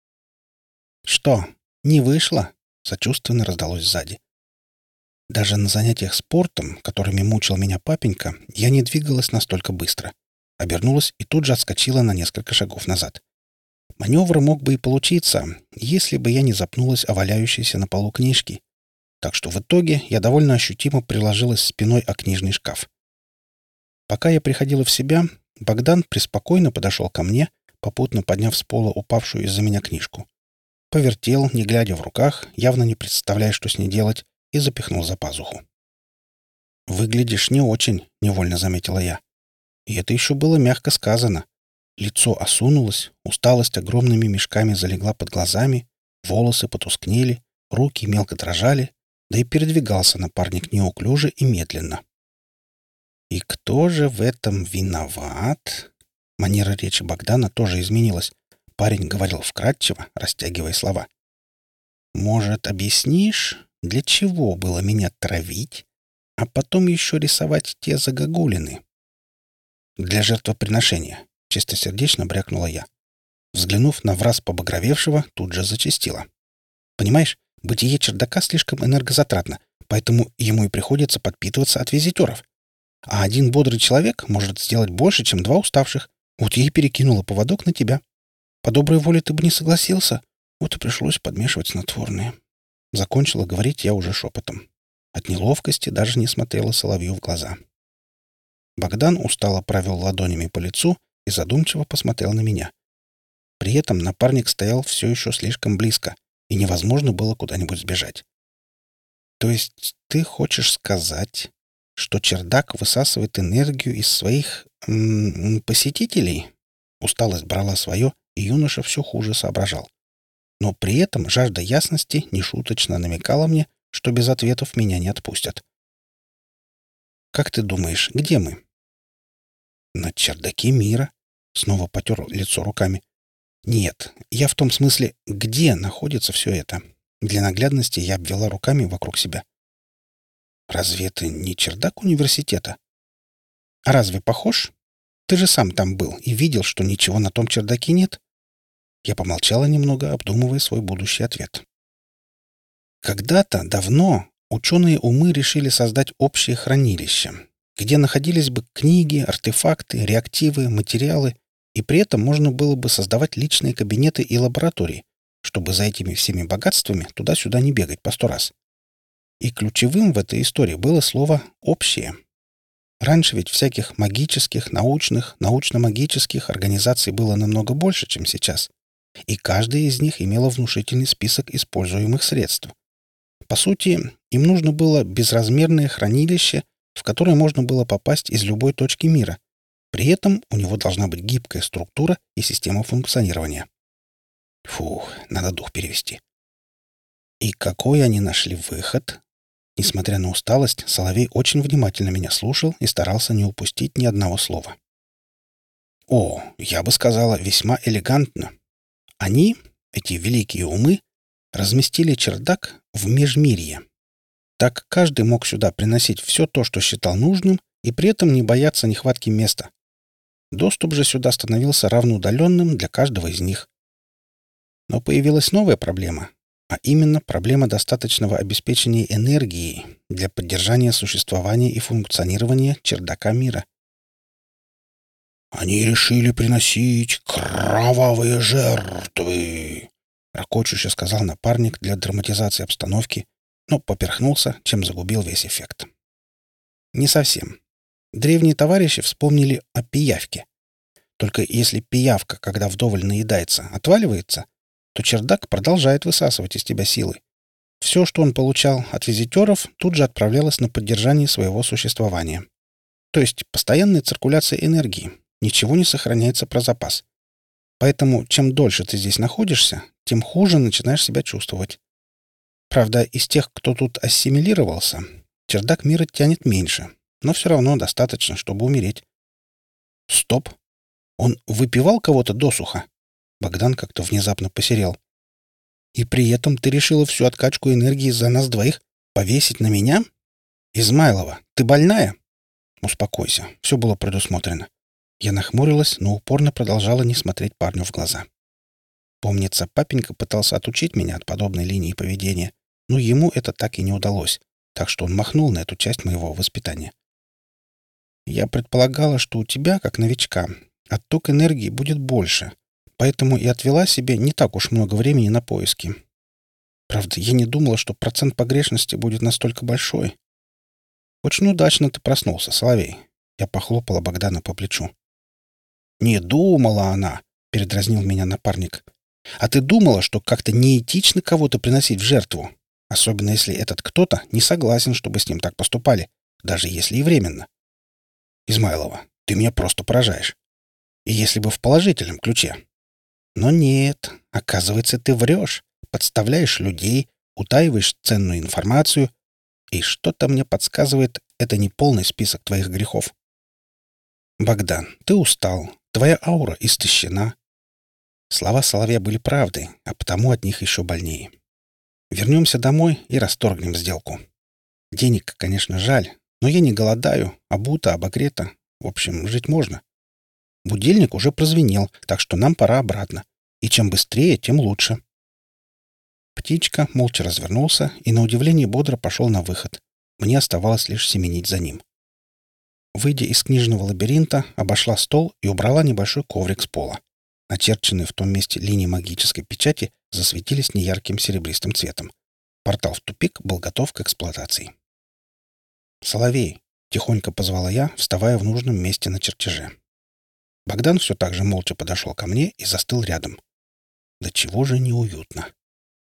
«Что, не вышло?» — сочувственно раздалось сзади. Даже на занятиях спортом, которыми мучил меня папенька, я не двигалась настолько быстро. Обернулась и тут же отскочила на несколько шагов назад. Маневр мог бы и получиться, если бы я не запнулась о валяющейся на полу книжки. Так что в итоге я довольно ощутимо приложилась спиной о книжный шкаф. Пока я приходила в себя, Богдан преспокойно подошел ко мне, попутно подняв с пола упавшую из-за меня книжку. Повертел, не глядя в руках, явно не представляя, что с ней делать, и запихнул за пазуху. «Выглядишь не очень», — невольно заметила я. И это еще было мягко сказано. Лицо осунулось, усталость огромными мешками залегла под глазами, волосы потускнели, руки мелко дрожали, да и передвигался напарник неуклюже и медленно. «И кто же в этом виноват?» Манера речи Богдана тоже изменилась. Парень говорил вкратчиво, растягивая слова. «Может, объяснишь, для чего было меня травить? а потом еще рисовать те загогулины. Для жертвоприношения, чистосердечно брякнула я. Взглянув на враз побагровевшего, тут же зачастила. Понимаешь, бытие чердака слишком энергозатратно, поэтому ему и приходится подпитываться от визитеров. А один бодрый человек может сделать больше, чем два уставших. Вот я и перекинула поводок на тебя. По доброй воле ты бы не согласился. Вот и пришлось подмешивать снотворные. Закончила говорить я уже шепотом. От неловкости даже не смотрела Соловью в глаза. Богдан устало провел ладонями по лицу и задумчиво посмотрел на меня. При этом напарник стоял все еще слишком близко, и невозможно было куда-нибудь сбежать. То есть ты хочешь сказать, что чердак высасывает энергию из своих посетителей? Усталость брала свое, и юноша все хуже соображал. Но при этом жажда ясности нешуточно намекала мне, что без ответов меня не отпустят. «Как ты думаешь, где мы?» «На чердаке мира», — снова потер лицо руками. «Нет, я в том смысле, где находится все это?» Для наглядности я обвела руками вокруг себя. «Разве это не чердак университета?» «А разве похож? Ты же сам там был и видел, что ничего на том чердаке нет?» Я помолчала немного, обдумывая свой будущий ответ. Когда-то, давно, ученые умы решили создать общее хранилище, где находились бы книги, артефакты, реактивы, материалы, и при этом можно было бы создавать личные кабинеты и лаборатории, чтобы за этими всеми богатствами туда-сюда не бегать по 100 раз. И ключевым в этой истории было слово «общее». Раньше ведь всяких магических, научных, научно-магических организаций было намного больше, чем сейчас. И каждая из них имела внушительный список используемых средств. По сути, им нужно было безразмерное хранилище, в которое можно было попасть из любой точки мира. При этом у него должна быть гибкая структура и система функционирования. Фух, надо дух перевести. И какой они нашли выход? Несмотря на усталость, Соловей очень внимательно меня слушал и старался не упустить ни одного слова. О, я бы сказала, весьма элегантно. Они, эти великие умы, разместили чердак в межмирье. Так каждый мог сюда приносить все то, что считал нужным, и при этом не бояться нехватки места. Доступ же сюда становился равноудаленным для каждого из них. Но появилась новая проблема, а именно проблема достаточного обеспечения энергии для поддержания существования и функционирования чердака мира. «Они решили приносить кровавые жертвы», — ракочуще сказал напарник для драматизации обстановки, но поперхнулся, чем загубил весь эффект. Не совсем. Древние товарищи вспомнили о пиявке. Только если пиявка, когда вдоволь наедается, отваливается, то чердак продолжает высасывать из тебя силы. Все, что он получал от визитеров, тут же отправлялось на поддержание своего существования. То есть постоянная циркуляция энергии. Ничего не сохраняется про запас. Поэтому чем дольше ты здесь находишься, тем хуже начинаешь себя чувствовать. Правда, из тех, кто тут ассимилировался, чердак мира тянет меньше, но все равно достаточно, чтобы умереть. Стоп! Он выпивал кого-то досуха? Богдан как-то внезапно посерел. И при этом ты решила всю откачку энергии за нас двоих повесить на меня? Измайлова, ты больная? Успокойся, все было предусмотрено. Я нахмурилась, но упорно продолжала не смотреть парню в глаза. Помнится, папенька пытался отучить меня от подобной линии поведения, но ему это так и не удалось, так что он махнул на эту часть моего воспитания. Я предполагала, что у тебя, как новичка, отток энергии будет больше, поэтому и отвела себе не так уж много времени на поиски. Правда, я не думала, что процент погрешности будет настолько большой. Очень удачно ты проснулся, Соловей. Я похлопала Богдана по плечу. «Не думала она», — передразнил меня напарник. «А ты думала, что как-то неэтично кого-то приносить в жертву? Особенно если этот кто-то не согласен, чтобы с ним так поступали, даже если и временно. Измайлова, ты меня просто поражаешь. И если бы в положительном ключе. Но нет, оказывается, ты врешь, подставляешь людей, утаиваешь ценную информацию, и что-то мне подсказывает, это не полный список твоих грехов. Богдан, ты устал, твоя аура истощена». Слова Соловья были правдой, а потому от них еще больнее. Вернемся домой и расторгнем сделку. Денег, конечно, жаль, Но я не голодаю, обута, обогрета. В общем, жить можно. Будильник уже прозвенел, так что нам пора обратно. И чем быстрее, тем лучше. Птичка молча развернулся и, на удивление, бодро пошел на выход. Мне оставалось лишь семенить за ним. Выйдя из книжного лабиринта, обошла стол и убрала небольшой коврик с пола. Начерченные в том месте линии магической печати засветились неярким серебристым цветом. Портал в тупик был готов к эксплуатации. «Соловей!» — тихонько позвала я, вставая в нужном месте на чертеже. Богдан все так же молча подошел ко мне и застыл рядом. Да чего же неуютно!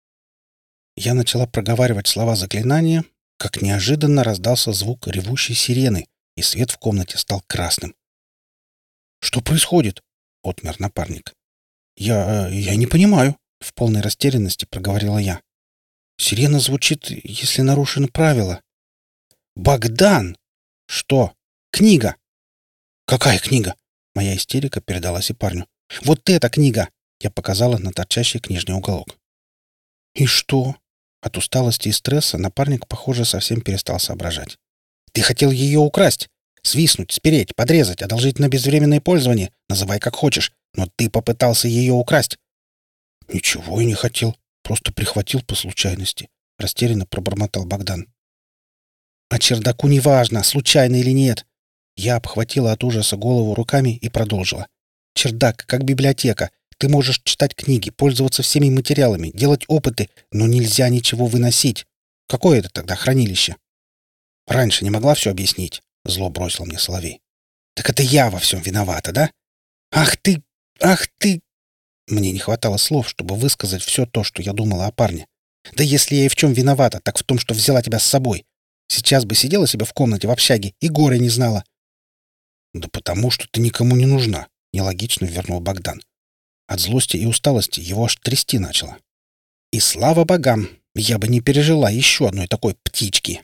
Я начала проговаривать слова заклинания, как неожиданно раздался звук ревущей сирены, и свет в комнате стал красным. «Что происходит?» — отмер напарник. «Я не понимаю», — в полной растерянности проговорила я. «Сирена звучит, если нарушено правило». «Богдан!» «Что? Книга!» «Какая книга?» Моя истерика передалась и парню. «Вот эта книга!» Я показала на торчащий книжный уголок. «И что?» От усталости и стресса напарник, похоже, совсем перестал соображать. «Ты хотел ее украсть! Свистнуть, спереть, подрезать, одолжить на безвременное пользование, называй как хочешь, но ты попытался ее украсть!» «Ничего я не хотел, просто прихватил по случайности», — растерянно пробормотал Богдан. «А чердаку неважно, случайно или нет!» Я обхватила от ужаса голову руками и продолжила. «Чердак, как библиотека. Ты можешь читать книги, пользоваться всеми материалами, делать опыты, но нельзя ничего выносить. Какое это тогда хранилище?» «Раньше не могла все объяснить», — зло бросил мне Соловей. «Так это я во всем виновата, да? Ах ты! Ах ты!» Мне не хватало слов, чтобы высказать все то, что я думала о парне. «Да если я и в чем виновата, так в том, что взяла тебя с собой. Сейчас бы сидела себе в комнате в общаге и горя не знала». «Да потому что ты никому не нужна», — нелогично вернул Богдан. От злости и усталости его аж трясти начало. «И слава богам! Я бы не пережила еще одной такой птички!»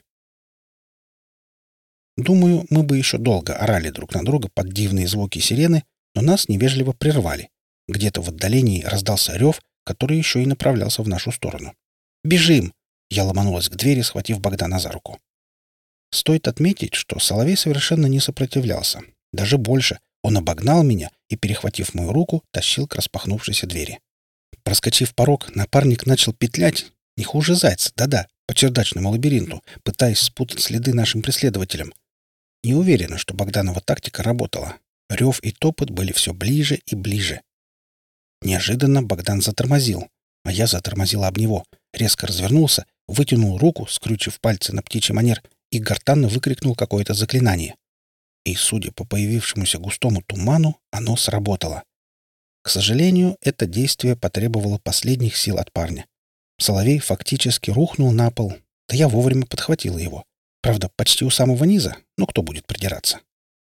Думаю, мы бы еще долго орали друг на друга под дивные звуки сирены, но нас невежливо прервали. Где-то в отдалении раздался рев, который еще и направлялся в нашу сторону. «Бежим!» Я ломанулась к двери, схватив Богдана за руку. Стоит отметить, что Соловей совершенно не сопротивлялся. Даже больше, он обогнал меня и, перехватив мою руку, тащил к распахнувшейся двери. Проскочив порог, напарник начал петлять, не хуже зайца, да-да, по чердачному лабиринту, пытаясь спутать следы нашим преследователям. Не уверена, что Богданова тактика работала. Рев и топот были все ближе и ближе. Неожиданно Богдан затормозил, а я затормозила об него, резко развернулся, вытянул руку, скрючив пальцы на птичий манер, и гортанно выкрикнул какое-то заклинание. И, судя по появившемуся густому туману, оно сработало. К сожалению, это действие потребовало последних сил от парня. Соловей фактически рухнул на пол, да я вовремя подхватила его. Правда, почти у самого низа, но кто будет придираться?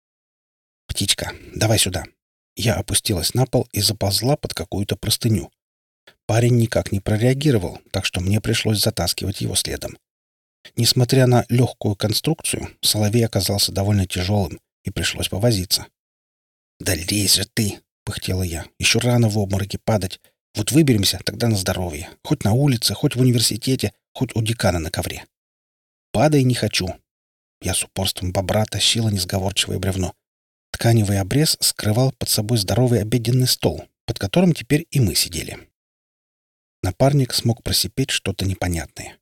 «Птичка, давай сюда». Я опустилась на пол и заползла под какую-то простыню. Парень никак не прореагировал, так что мне пришлось затаскивать его следом. Несмотря на легкую конструкцию, Соловей оказался довольно тяжелым, и пришлось повозиться. «Да лезь же ты!» — пыхтела я. «Еще рано в обмороке падать. Вот выберемся, тогда на здоровье. Хоть на улице, хоть в университете, хоть у декана на ковре. Падай не хочу». Я с упорством бобра тащила несговорчивое бревно. Тканевый обрез скрывал под собой здоровый обеденный стол, под которым теперь и мы сидели. Напарник смог просипеть что-то непонятное.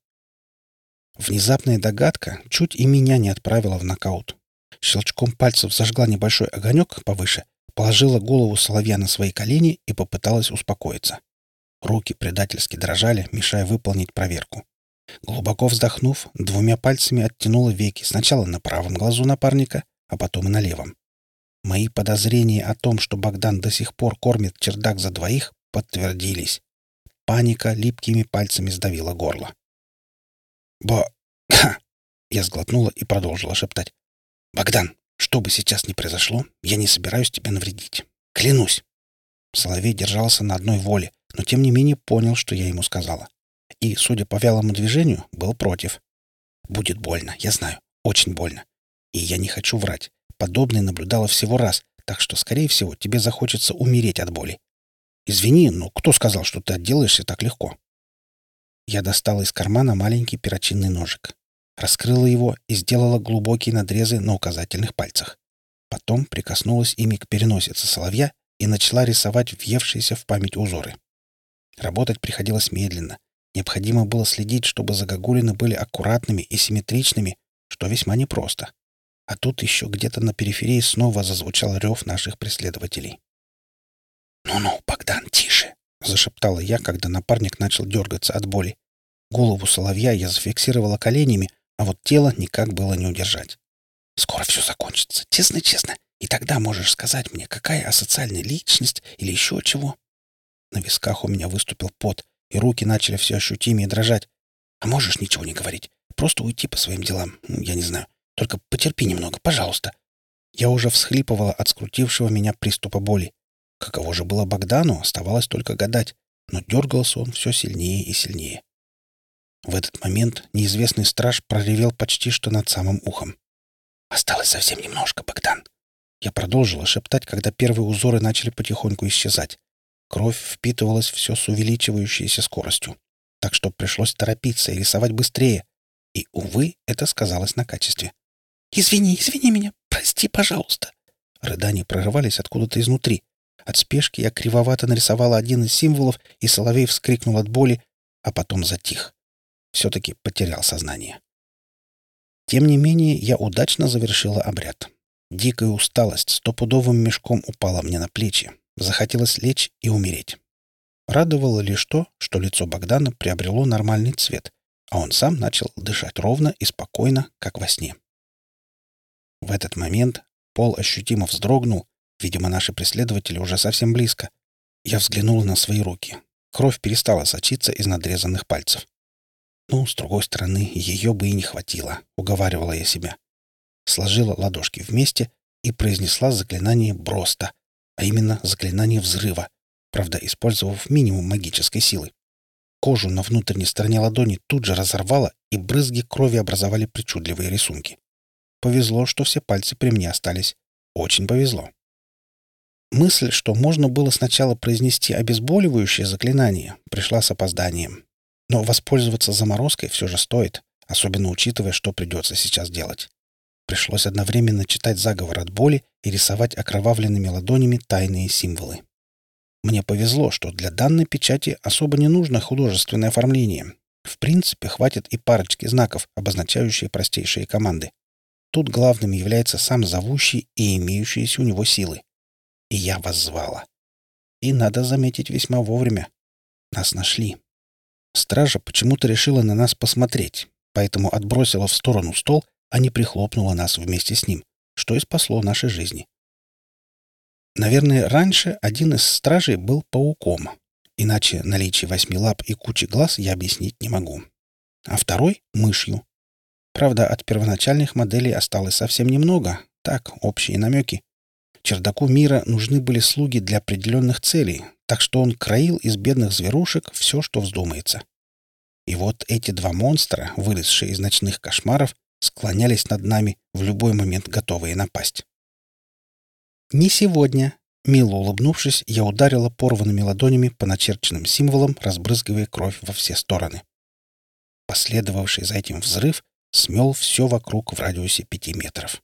Внезапная догадка чуть и меня не отправила в нокаут. Щелчком пальцев зажгла небольшой огонек повыше, положила голову соловья на свои колени и попыталась успокоиться. Руки предательски дрожали, мешая выполнить проверку. Глубоко вздохнув, двумя пальцами оттянула веки сначала на правом глазу напарника, а потом и на левом. Мои подозрения о том, что Богдан до сих пор кормит чердак за двоих, подтвердились. Паника липкими пальцами сдавила горло. «Ха!» Я сглотнула и продолжила шептать. «Богдан, что бы сейчас ни произошло, я не собираюсь тебе навредить. Клянусь!» Соловей держался на одной воле, но тем не менее понял, что я ему сказала. И, судя по вялому движению, был против. «Будет больно, я знаю, очень больно. И я не хочу врать. Подобное наблюдала всего раз, так что, скорее всего, тебе захочется умереть от боли. Извини, но кто сказал, что ты отделаешься так легко?» Я достала из кармана маленький перочинный ножик. раскрыла его и сделала глубокие надрезы на указательных пальцах. Потом прикоснулась ими к переносице соловья и начала рисовать въевшиеся в память узоры. Работать приходилось медленно. Необходимо было следить, чтобы загогулины были аккуратными и симметричными, что весьма непросто. А тут еще где-то на периферии снова зазвучал рев наших преследователей. «Ну-ну, Богдан, тише!» — зашептала я, когда напарник начал дергаться от боли. Голову соловья я зафиксировала коленями, а вот тело никак было не удержать. «Скоро все закончится, честно-честно, и тогда можешь сказать мне, какая асоциальная личность или еще чего». На висках у меня выступил пот, и руки начали все ощутимее дрожать. «А можешь ничего не говорить? Просто уйти по своим делам, я не знаю. Только потерпи немного, пожалуйста». Я уже всхлипывала от скрутившего меня приступа боли. Каково же было Богдану, оставалось только гадать, но дергался он все сильнее и сильнее. В этот момент неизвестный страж проревел почти что над самым ухом. «Осталось совсем немножко, Богдан». Я продолжила шептать, когда первые узоры начали потихоньку исчезать. Кровь впитывалась все с увеличивающейся скоростью, так что пришлось торопиться и рисовать быстрее. И, увы, это сказалось на качестве. «Извини меня, прости, пожалуйста». Рыдания прорывались откуда-то изнутри. От спешки я кривовато нарисовала один из символов, и соловей вскрикнул от боли, а потом затих. Все-таки потерял сознание. Тем не менее, я удачно завершила обряд. Дикая усталость стопудовым мешком упала мне на плечи. Захотелось лечь и умереть. Радовало лишь то, что лицо Богдана приобрело нормальный цвет, а он сам начал дышать ровно и спокойно, как во сне. В этот момент пол ощутимо вздрогнул. Видимо, наши преследователи уже совсем близко. Я взглянула на свои руки. Кровь перестала сочиться из надрезанных пальцев. Ну, с другой стороны, ее бы и не хватило, уговаривала я себя. Сложила ладошки вместе и произнесла заклинание «Броста», а именно заклинание взрыва, правда, использовав минимум магической силы. Кожу на внутренней стороне ладони тут же разорвало, и брызги крови образовали причудливые рисунки. Повезло, что все пальцы при мне остались. Очень повезло. Мысль, что можно было сначала произнести обезболивающее заклинание, пришла с опозданием. Но воспользоваться заморозкой все же стоит, особенно учитывая, что придется сейчас делать. Пришлось одновременно читать заговор от боли и рисовать окровавленными ладонями тайные символы. Мне повезло, что для данной печати особо не нужно художественное оформление. В принципе, хватит и парочки знаков, обозначающие простейшие команды. Тут главным является сам зовущий и имеющиеся у него силы. И я воззвала. И, надо заметить, весьма вовремя. Нас нашли. Стража почему-то решила на нас посмотреть, поэтому отбросила в сторону стол, а не прихлопнула нас вместе с ним, что и спасло наши жизни. Наверное, раньше один из стражей был пауком, иначе наличие 8 лап и кучи глаз я объяснить не могу. А второй — мышью. Правда, от первоначальных моделей осталось совсем немного, так, общие намеки. Чердаку мира нужны были слуги для определенных целей, так что он краил из бедных зверушек все, что вздумается. И вот эти два монстра, вылезшие из ночных кошмаров, склонялись над нами, в любой момент готовые напасть. «Не сегодня!» Мило улыбнувшись, я ударила порванными ладонями по начерченным символам, разбрызгивая кровь во все стороны. Последовавший за этим взрыв смел все вокруг в радиусе 5 метров.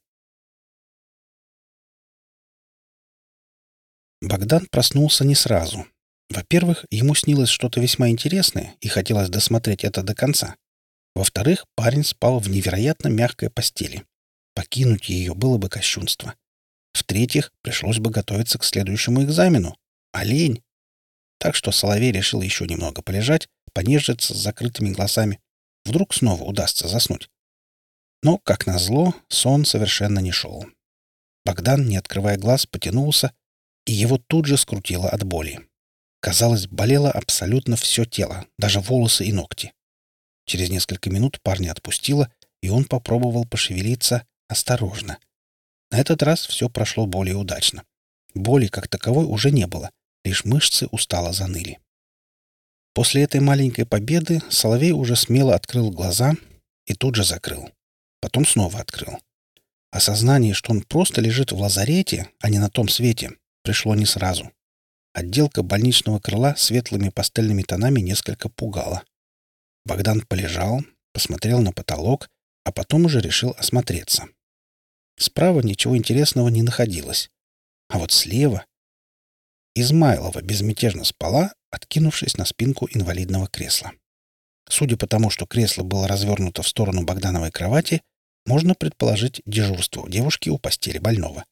Богдан проснулся не сразу. Во-первых, ему снилось что-то весьма интересное, и хотелось досмотреть это до конца. Во-вторых, парень спал в невероятно мягкой постели. Покинуть ее было бы кощунство. В-третьих, пришлось бы готовиться к следующему экзамену. А лень. Так что Соловей решил еще немного полежать, понежиться с закрытыми глазами. Вдруг снова удастся заснуть. Но, как назло, сон совершенно не шел. Богдан, не открывая глаз, потянулся, и его тут же скрутило от боли. Казалось, болело абсолютно все тело, даже волосы и ногти. Через несколько минут парня отпустило, и он попробовал пошевелиться осторожно. На этот раз все прошло более удачно. Боли как таковой уже не было, лишь мышцы устало заныли. После этой маленькой победы Соловей уже смело открыл глаза и тут же закрыл. Потом снова открыл. Осознание, что он просто лежит в лазарете, а не на том свете, пришло не сразу. Отделка больничного крыла светлыми пастельными тонами несколько пугала. Богдан полежал, посмотрел на потолок а потом уже решил осмотреться. Справа ничего интересного не находилось. А вот слева Измайлова безмятежно спала, откинувшись на спинку инвалидного кресла. Судя по тому, что кресло было развернуто в сторону Богдановой кровати, можно предположить дежурство девушки у постели больного.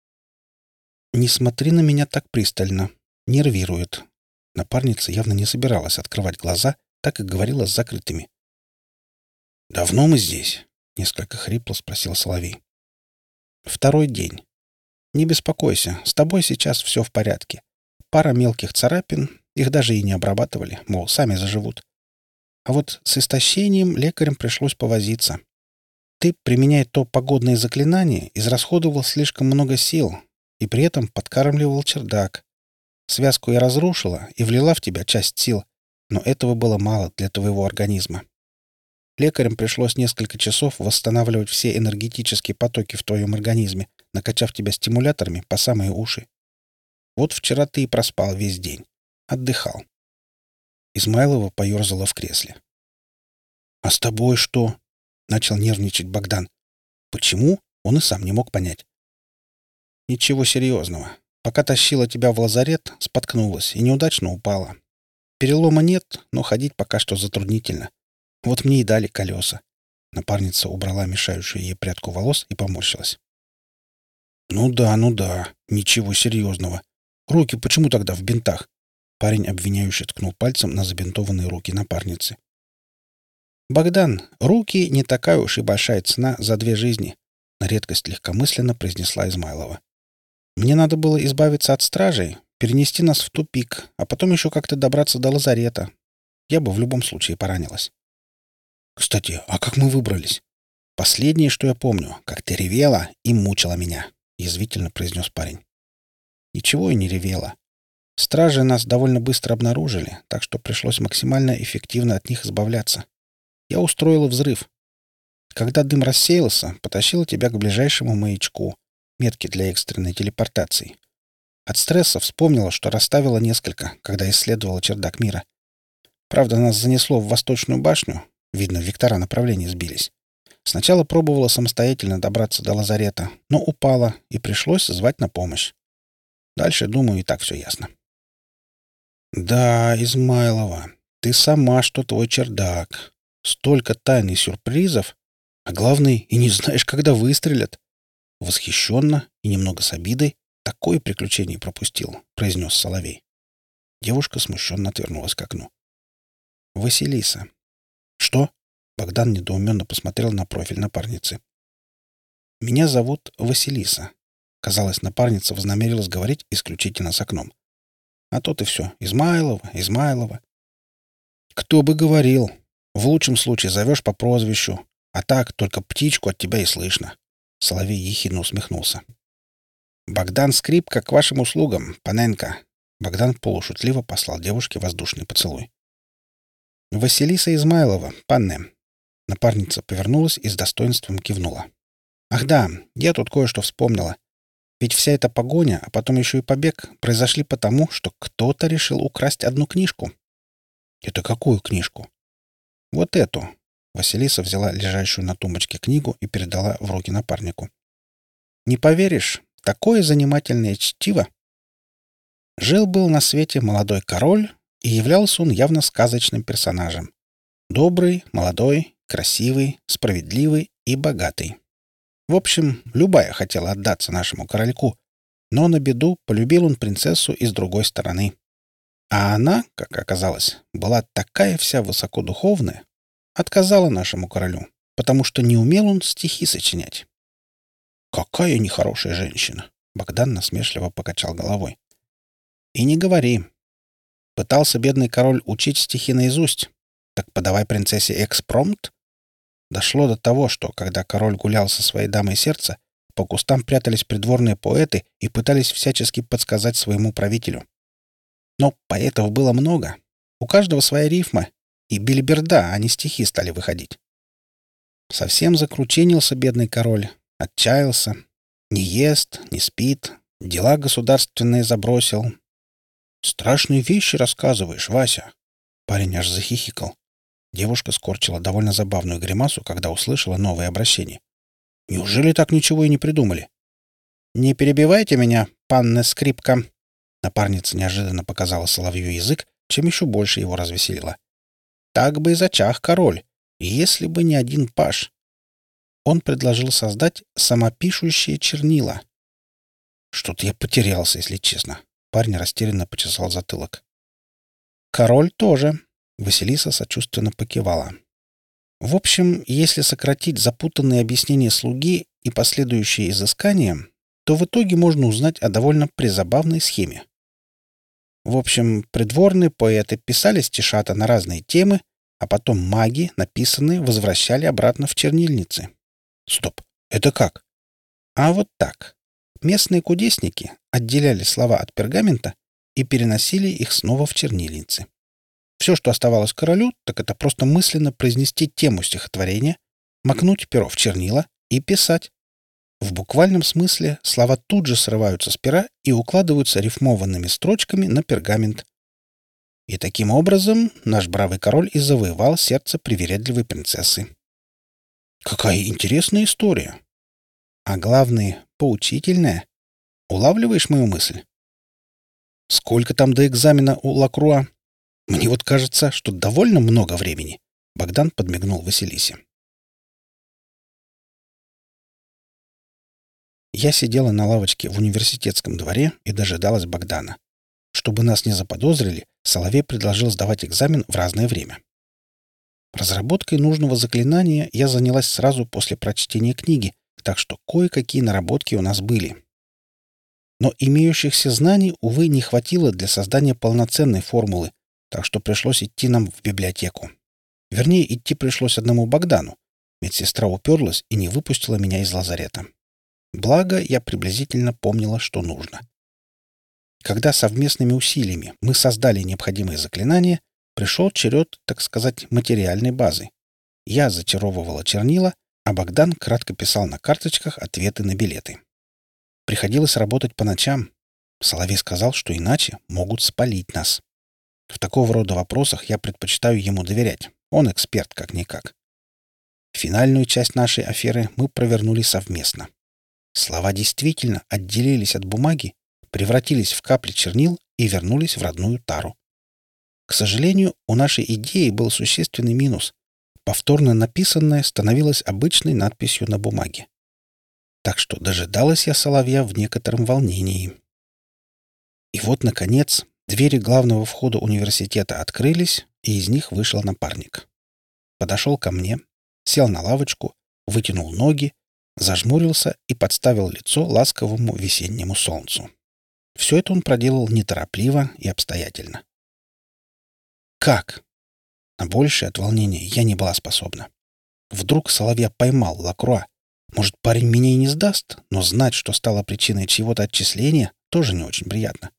«Не смотри на меня так пристально. Нервирует». Напарница явно не собиралась открывать глаза, так и говорила с закрытыми. «Давно мы здесь?» — несколько хрипло спросил Соловей. «Второй день. Не беспокойся, с тобой сейчас все в порядке. Пара мелких царапин, их даже и не обрабатывали, мол, сами заживут. А вот с истощением лекарям пришлось повозиться. Ты, применяя то погодное заклинание, израсходовал слишком много сил и при этом подкармливал чердак. Связку я разрушила и влила в тебя часть сил, но этого было мало для твоего организма. Лекарям пришлось несколько часов восстанавливать все энергетические потоки в твоем организме, накачав тебя стимуляторами по самые уши. Вот вчера ты и проспал весь день. Отдыхал». Измайлова поерзала в кресле. «А с тобой что?» — начал нервничать Богдан. Почему? Он и сам не мог понять. «Ничего серьезного. Пока тащила тебя в лазарет, споткнулась и неудачно упала. Перелома нет, но ходить пока что затруднительно. Вот мне и дали колеса». Напарница убрала мешающую ей прядку волос и поморщилась. Ну да, ничего серьезного. Руки почему тогда в бинтах?» Парень обвиняюще ткнул пальцем на забинтованные руки напарницы. «Богдан, руки не такая уж и большая цена за 2 жизни», — на редкость легкомысленно произнесла Измайлова. «Мне надо было избавиться от стражей, перенести нас в тупик, а потом еще как-то добраться до лазарета. Я бы в любом случае поранилась». «Кстати, а как мы выбрались?» «Последнее, что я помню, как ты ревела и мучила меня», — язвительно произнес парень. «Ничего и не ревела. Стражи нас довольно быстро обнаружили, так что пришлось максимально эффективно от них избавляться. Я устроила взрыв. Когда дым рассеялся, потащила тебя к ближайшему маячку, метке для экстренной телепортации. От стресса вспомнила, что расставила несколько, когда исследовала чердак мира. Правда, нас занесло в Восточную башню. Видно, вектора направления сбились. Сначала пробовала самостоятельно добраться до лазарета, но упала, и пришлось звать на помощь. Дальше, думаю, и так все ясно. «Да, Измайлова, ты сама, что твой чердак. Столько тайн и сюрпризов, а главное, и не знаешь, когда выстрелят». Восхищенно и немного с обидой такое приключение пропустил, произнес Соловей. Девушка смущенно отвернулась к окну. «Василиса». «Что?» Богдан недоуменно посмотрел на профиль напарницы. «Меня зовут Василиса». Казалось, напарница вознамерилась говорить исключительно с окном. А то ты все. Измайлова. «Кто бы говорил. В лучшем случае зовешь по прозвищу, а так только птичку от тебя и слышно». Соловей ехидно усмехнулся. «Богдан Скрипка к вашим услугам, Паненко». Богдан полушутливо послал девушке воздушный поцелуй. «Василиса Измайлова, панне». Напарница повернулась и с достоинством кивнула. «Ах да, я тут кое-что вспомнила. Ведь вся эта погоня, а потом еще и побег, произошли потому, что кто-то решил украсть одну книжку». «Это какую книжку?» «Вот эту». Василиса взяла лежащую на тумбочке книгу и передала в руки напарнику. «Не поверишь, такое занимательное чтиво». Жил-был на свете молодой король, и являлся он явно сказочным персонажем. Добрый, молодой, красивый, справедливый и богатый. В общем, любая хотела отдаться нашему корольку, но на беду полюбил он принцессу из другой стороны. А она, как оказалось, была такая вся высокодуховная, отказала нашему королю, потому что не умел он стихи сочинять. «Какая нехорошая женщина!» — Богдан насмешливо покачал головой. «И не говори. Пытался бедный король учить стихи наизусть. Так подавай принцессе экспромт». Дошло до того, что, когда король гулял со своей дамой сердца, по кустам прятались придворные поэты и пытались всячески подсказать своему правителю. Но поэтов было много. У каждого своя рифма, и белиберда, а не стихи стали выходить. Совсем закрученился бедный король, отчаялся. Не ест, не спит, дела государственные забросил. «Страшные вещи рассказываешь, Вася!» Парень аж захихикал. Девушка скорчила довольно забавную гримасу, когда услышала новое обращение. «Неужели так ничего и не придумали?» «Не перебивайте меня, панна Скрипка!» Напарница неожиданно показала соловью язык, чем еще больше его развеселила. «Так бы и зачах король, если бы не один паж. Он предложил создать самопишущие чернила». «Что-то я потерялся, если честно». Парень растерянно почесал затылок. «Король тоже», — Василиса сочувственно покивала. «В общем, если сократить запутанные объяснения слуги и последующие изыскания, то в итоге можно узнать о довольно призабавной схеме. В общем, придворные поэты писали стишата на разные темы, а потом маги, написанные, возвращали обратно в чернильницы. Стоп, это как? А вот так. Местные кудесники отделяли слова от пергамента и переносили их снова в чернильницы. Все, что оставалось королю, так это просто мысленно произнести тему стихотворения, макнуть перо в чернила и писать. В буквальном смысле слова тут же срываются с пера и укладываются рифмованными строчками на пергамент. И таким образом наш бравый король и завоевал сердце привередливой принцессы. Какая интересная история! А главное, поучительная. Улавливаешь мою мысль? Сколько там до экзамена у Лакруа? Мне вот кажется, что довольно много времени. Богдан подмигнул Василисе. Я сидела на лавочке в университетском дворе и дожидалась Богдана. Чтобы нас не заподозрили, Соловей предложил сдавать экзамен в разное время. Разработкой нужного заклинания я занялась сразу после прочтения книги, так что кое-какие наработки у нас были. Но имеющихся знаний, увы, не хватило для создания полноценной формулы, так что пришлось идти нам в библиотеку. Вернее, идти пришлось одному Богдану. Медсестра уперлась и не выпустила меня из лазарета. Благо, я приблизительно помнила, что нужно. Когда совместными усилиями мы создали необходимые заклинания, пришел черед, так сказать, материальной базы. Я зачаровывала чернила, а Богдан кратко писал на карточках ответы на билеты. Приходилось работать по ночам. Соловей сказал, что иначе могут спалить нас. В такого рода вопросах я предпочитаю ему доверять. Он эксперт, как-никак. Финальную часть нашей аферы мы провернули совместно. Слова действительно отделились от бумаги, превратились в капли чернил и вернулись в родную тару. К сожалению, у нашей идеи был существенный минус. Повторно написанное становилось обычной надписью на бумаге. Так что дожидалась я соловья в некотором волнении. И вот, наконец, двери главного входа университета открылись, и из них вышел напарник. Подошел ко мне, сел на лавочку, вытянул ноги, зажмурился и подставил лицо ласковому весеннему солнцу. Все это он проделал неторопливо и обстоятельно. Как? На большее от волнения я не была способна. Вдруг соловья поймал Лакруа. Может, парень меня и не сдаст, но знать, что стало причиной чьего-то отчисления, тоже не очень приятно.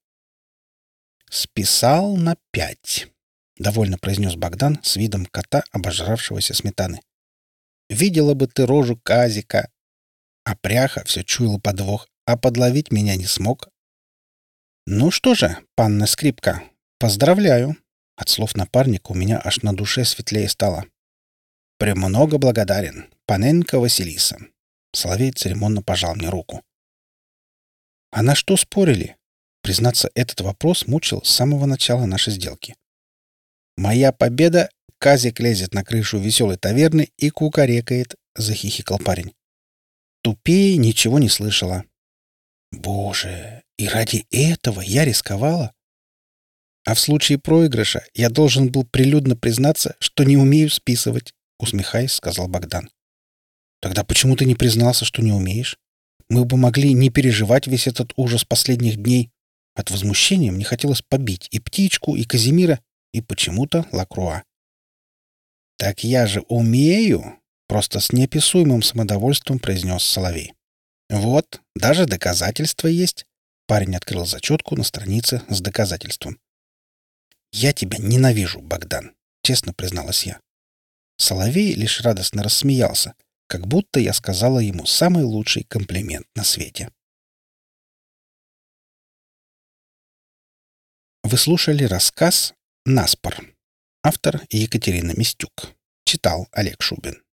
«Списал на 5», — довольно произнес Богдан с видом кота, обожравшегося сметаны. «Видела бы ты рожу Казика». А пряха все чуял подвох, а подловить меня не смог. «Ну что же, панна Скрипка, поздравляю!» От слов напарника у меня аж на душе светлее стало. «Премного благодарен, паненка Василиса». Соловей церемонно пожал мне руку. «А на что спорили?» Признаться, этот вопрос мучил с самого начала нашей сделки. «Моя победа! Казик лезет на крышу веселой таверны и кукарекает», — захихикал парень. Тупее ничего не слышала. Боже, и ради этого я рисковала? А в случае проигрыша я должен был прилюдно признаться, что не умею списывать, усмехаясь, сказал Богдан. Тогда почему ты не признался, что не умеешь? Мы бы могли не переживать весь этот ужас последних дней. От возмущения мне хотелось побить и птичку, и Казимира, и почему-то Лакруа. «Так я же умею!» — просто с неописуемым самодовольством произнес Соловей. «Вот, даже доказательства есть». Парень открыл зачетку на странице с доказательством. «Я тебя ненавижу, Богдан», — честно призналась я. Соловей лишь радостно рассмеялся, как будто я сказала ему самый лучший комплимент на свете. Вы слушали рассказ «Наспор». Автор Екатерина Мистюк. Читал Олег Шубин.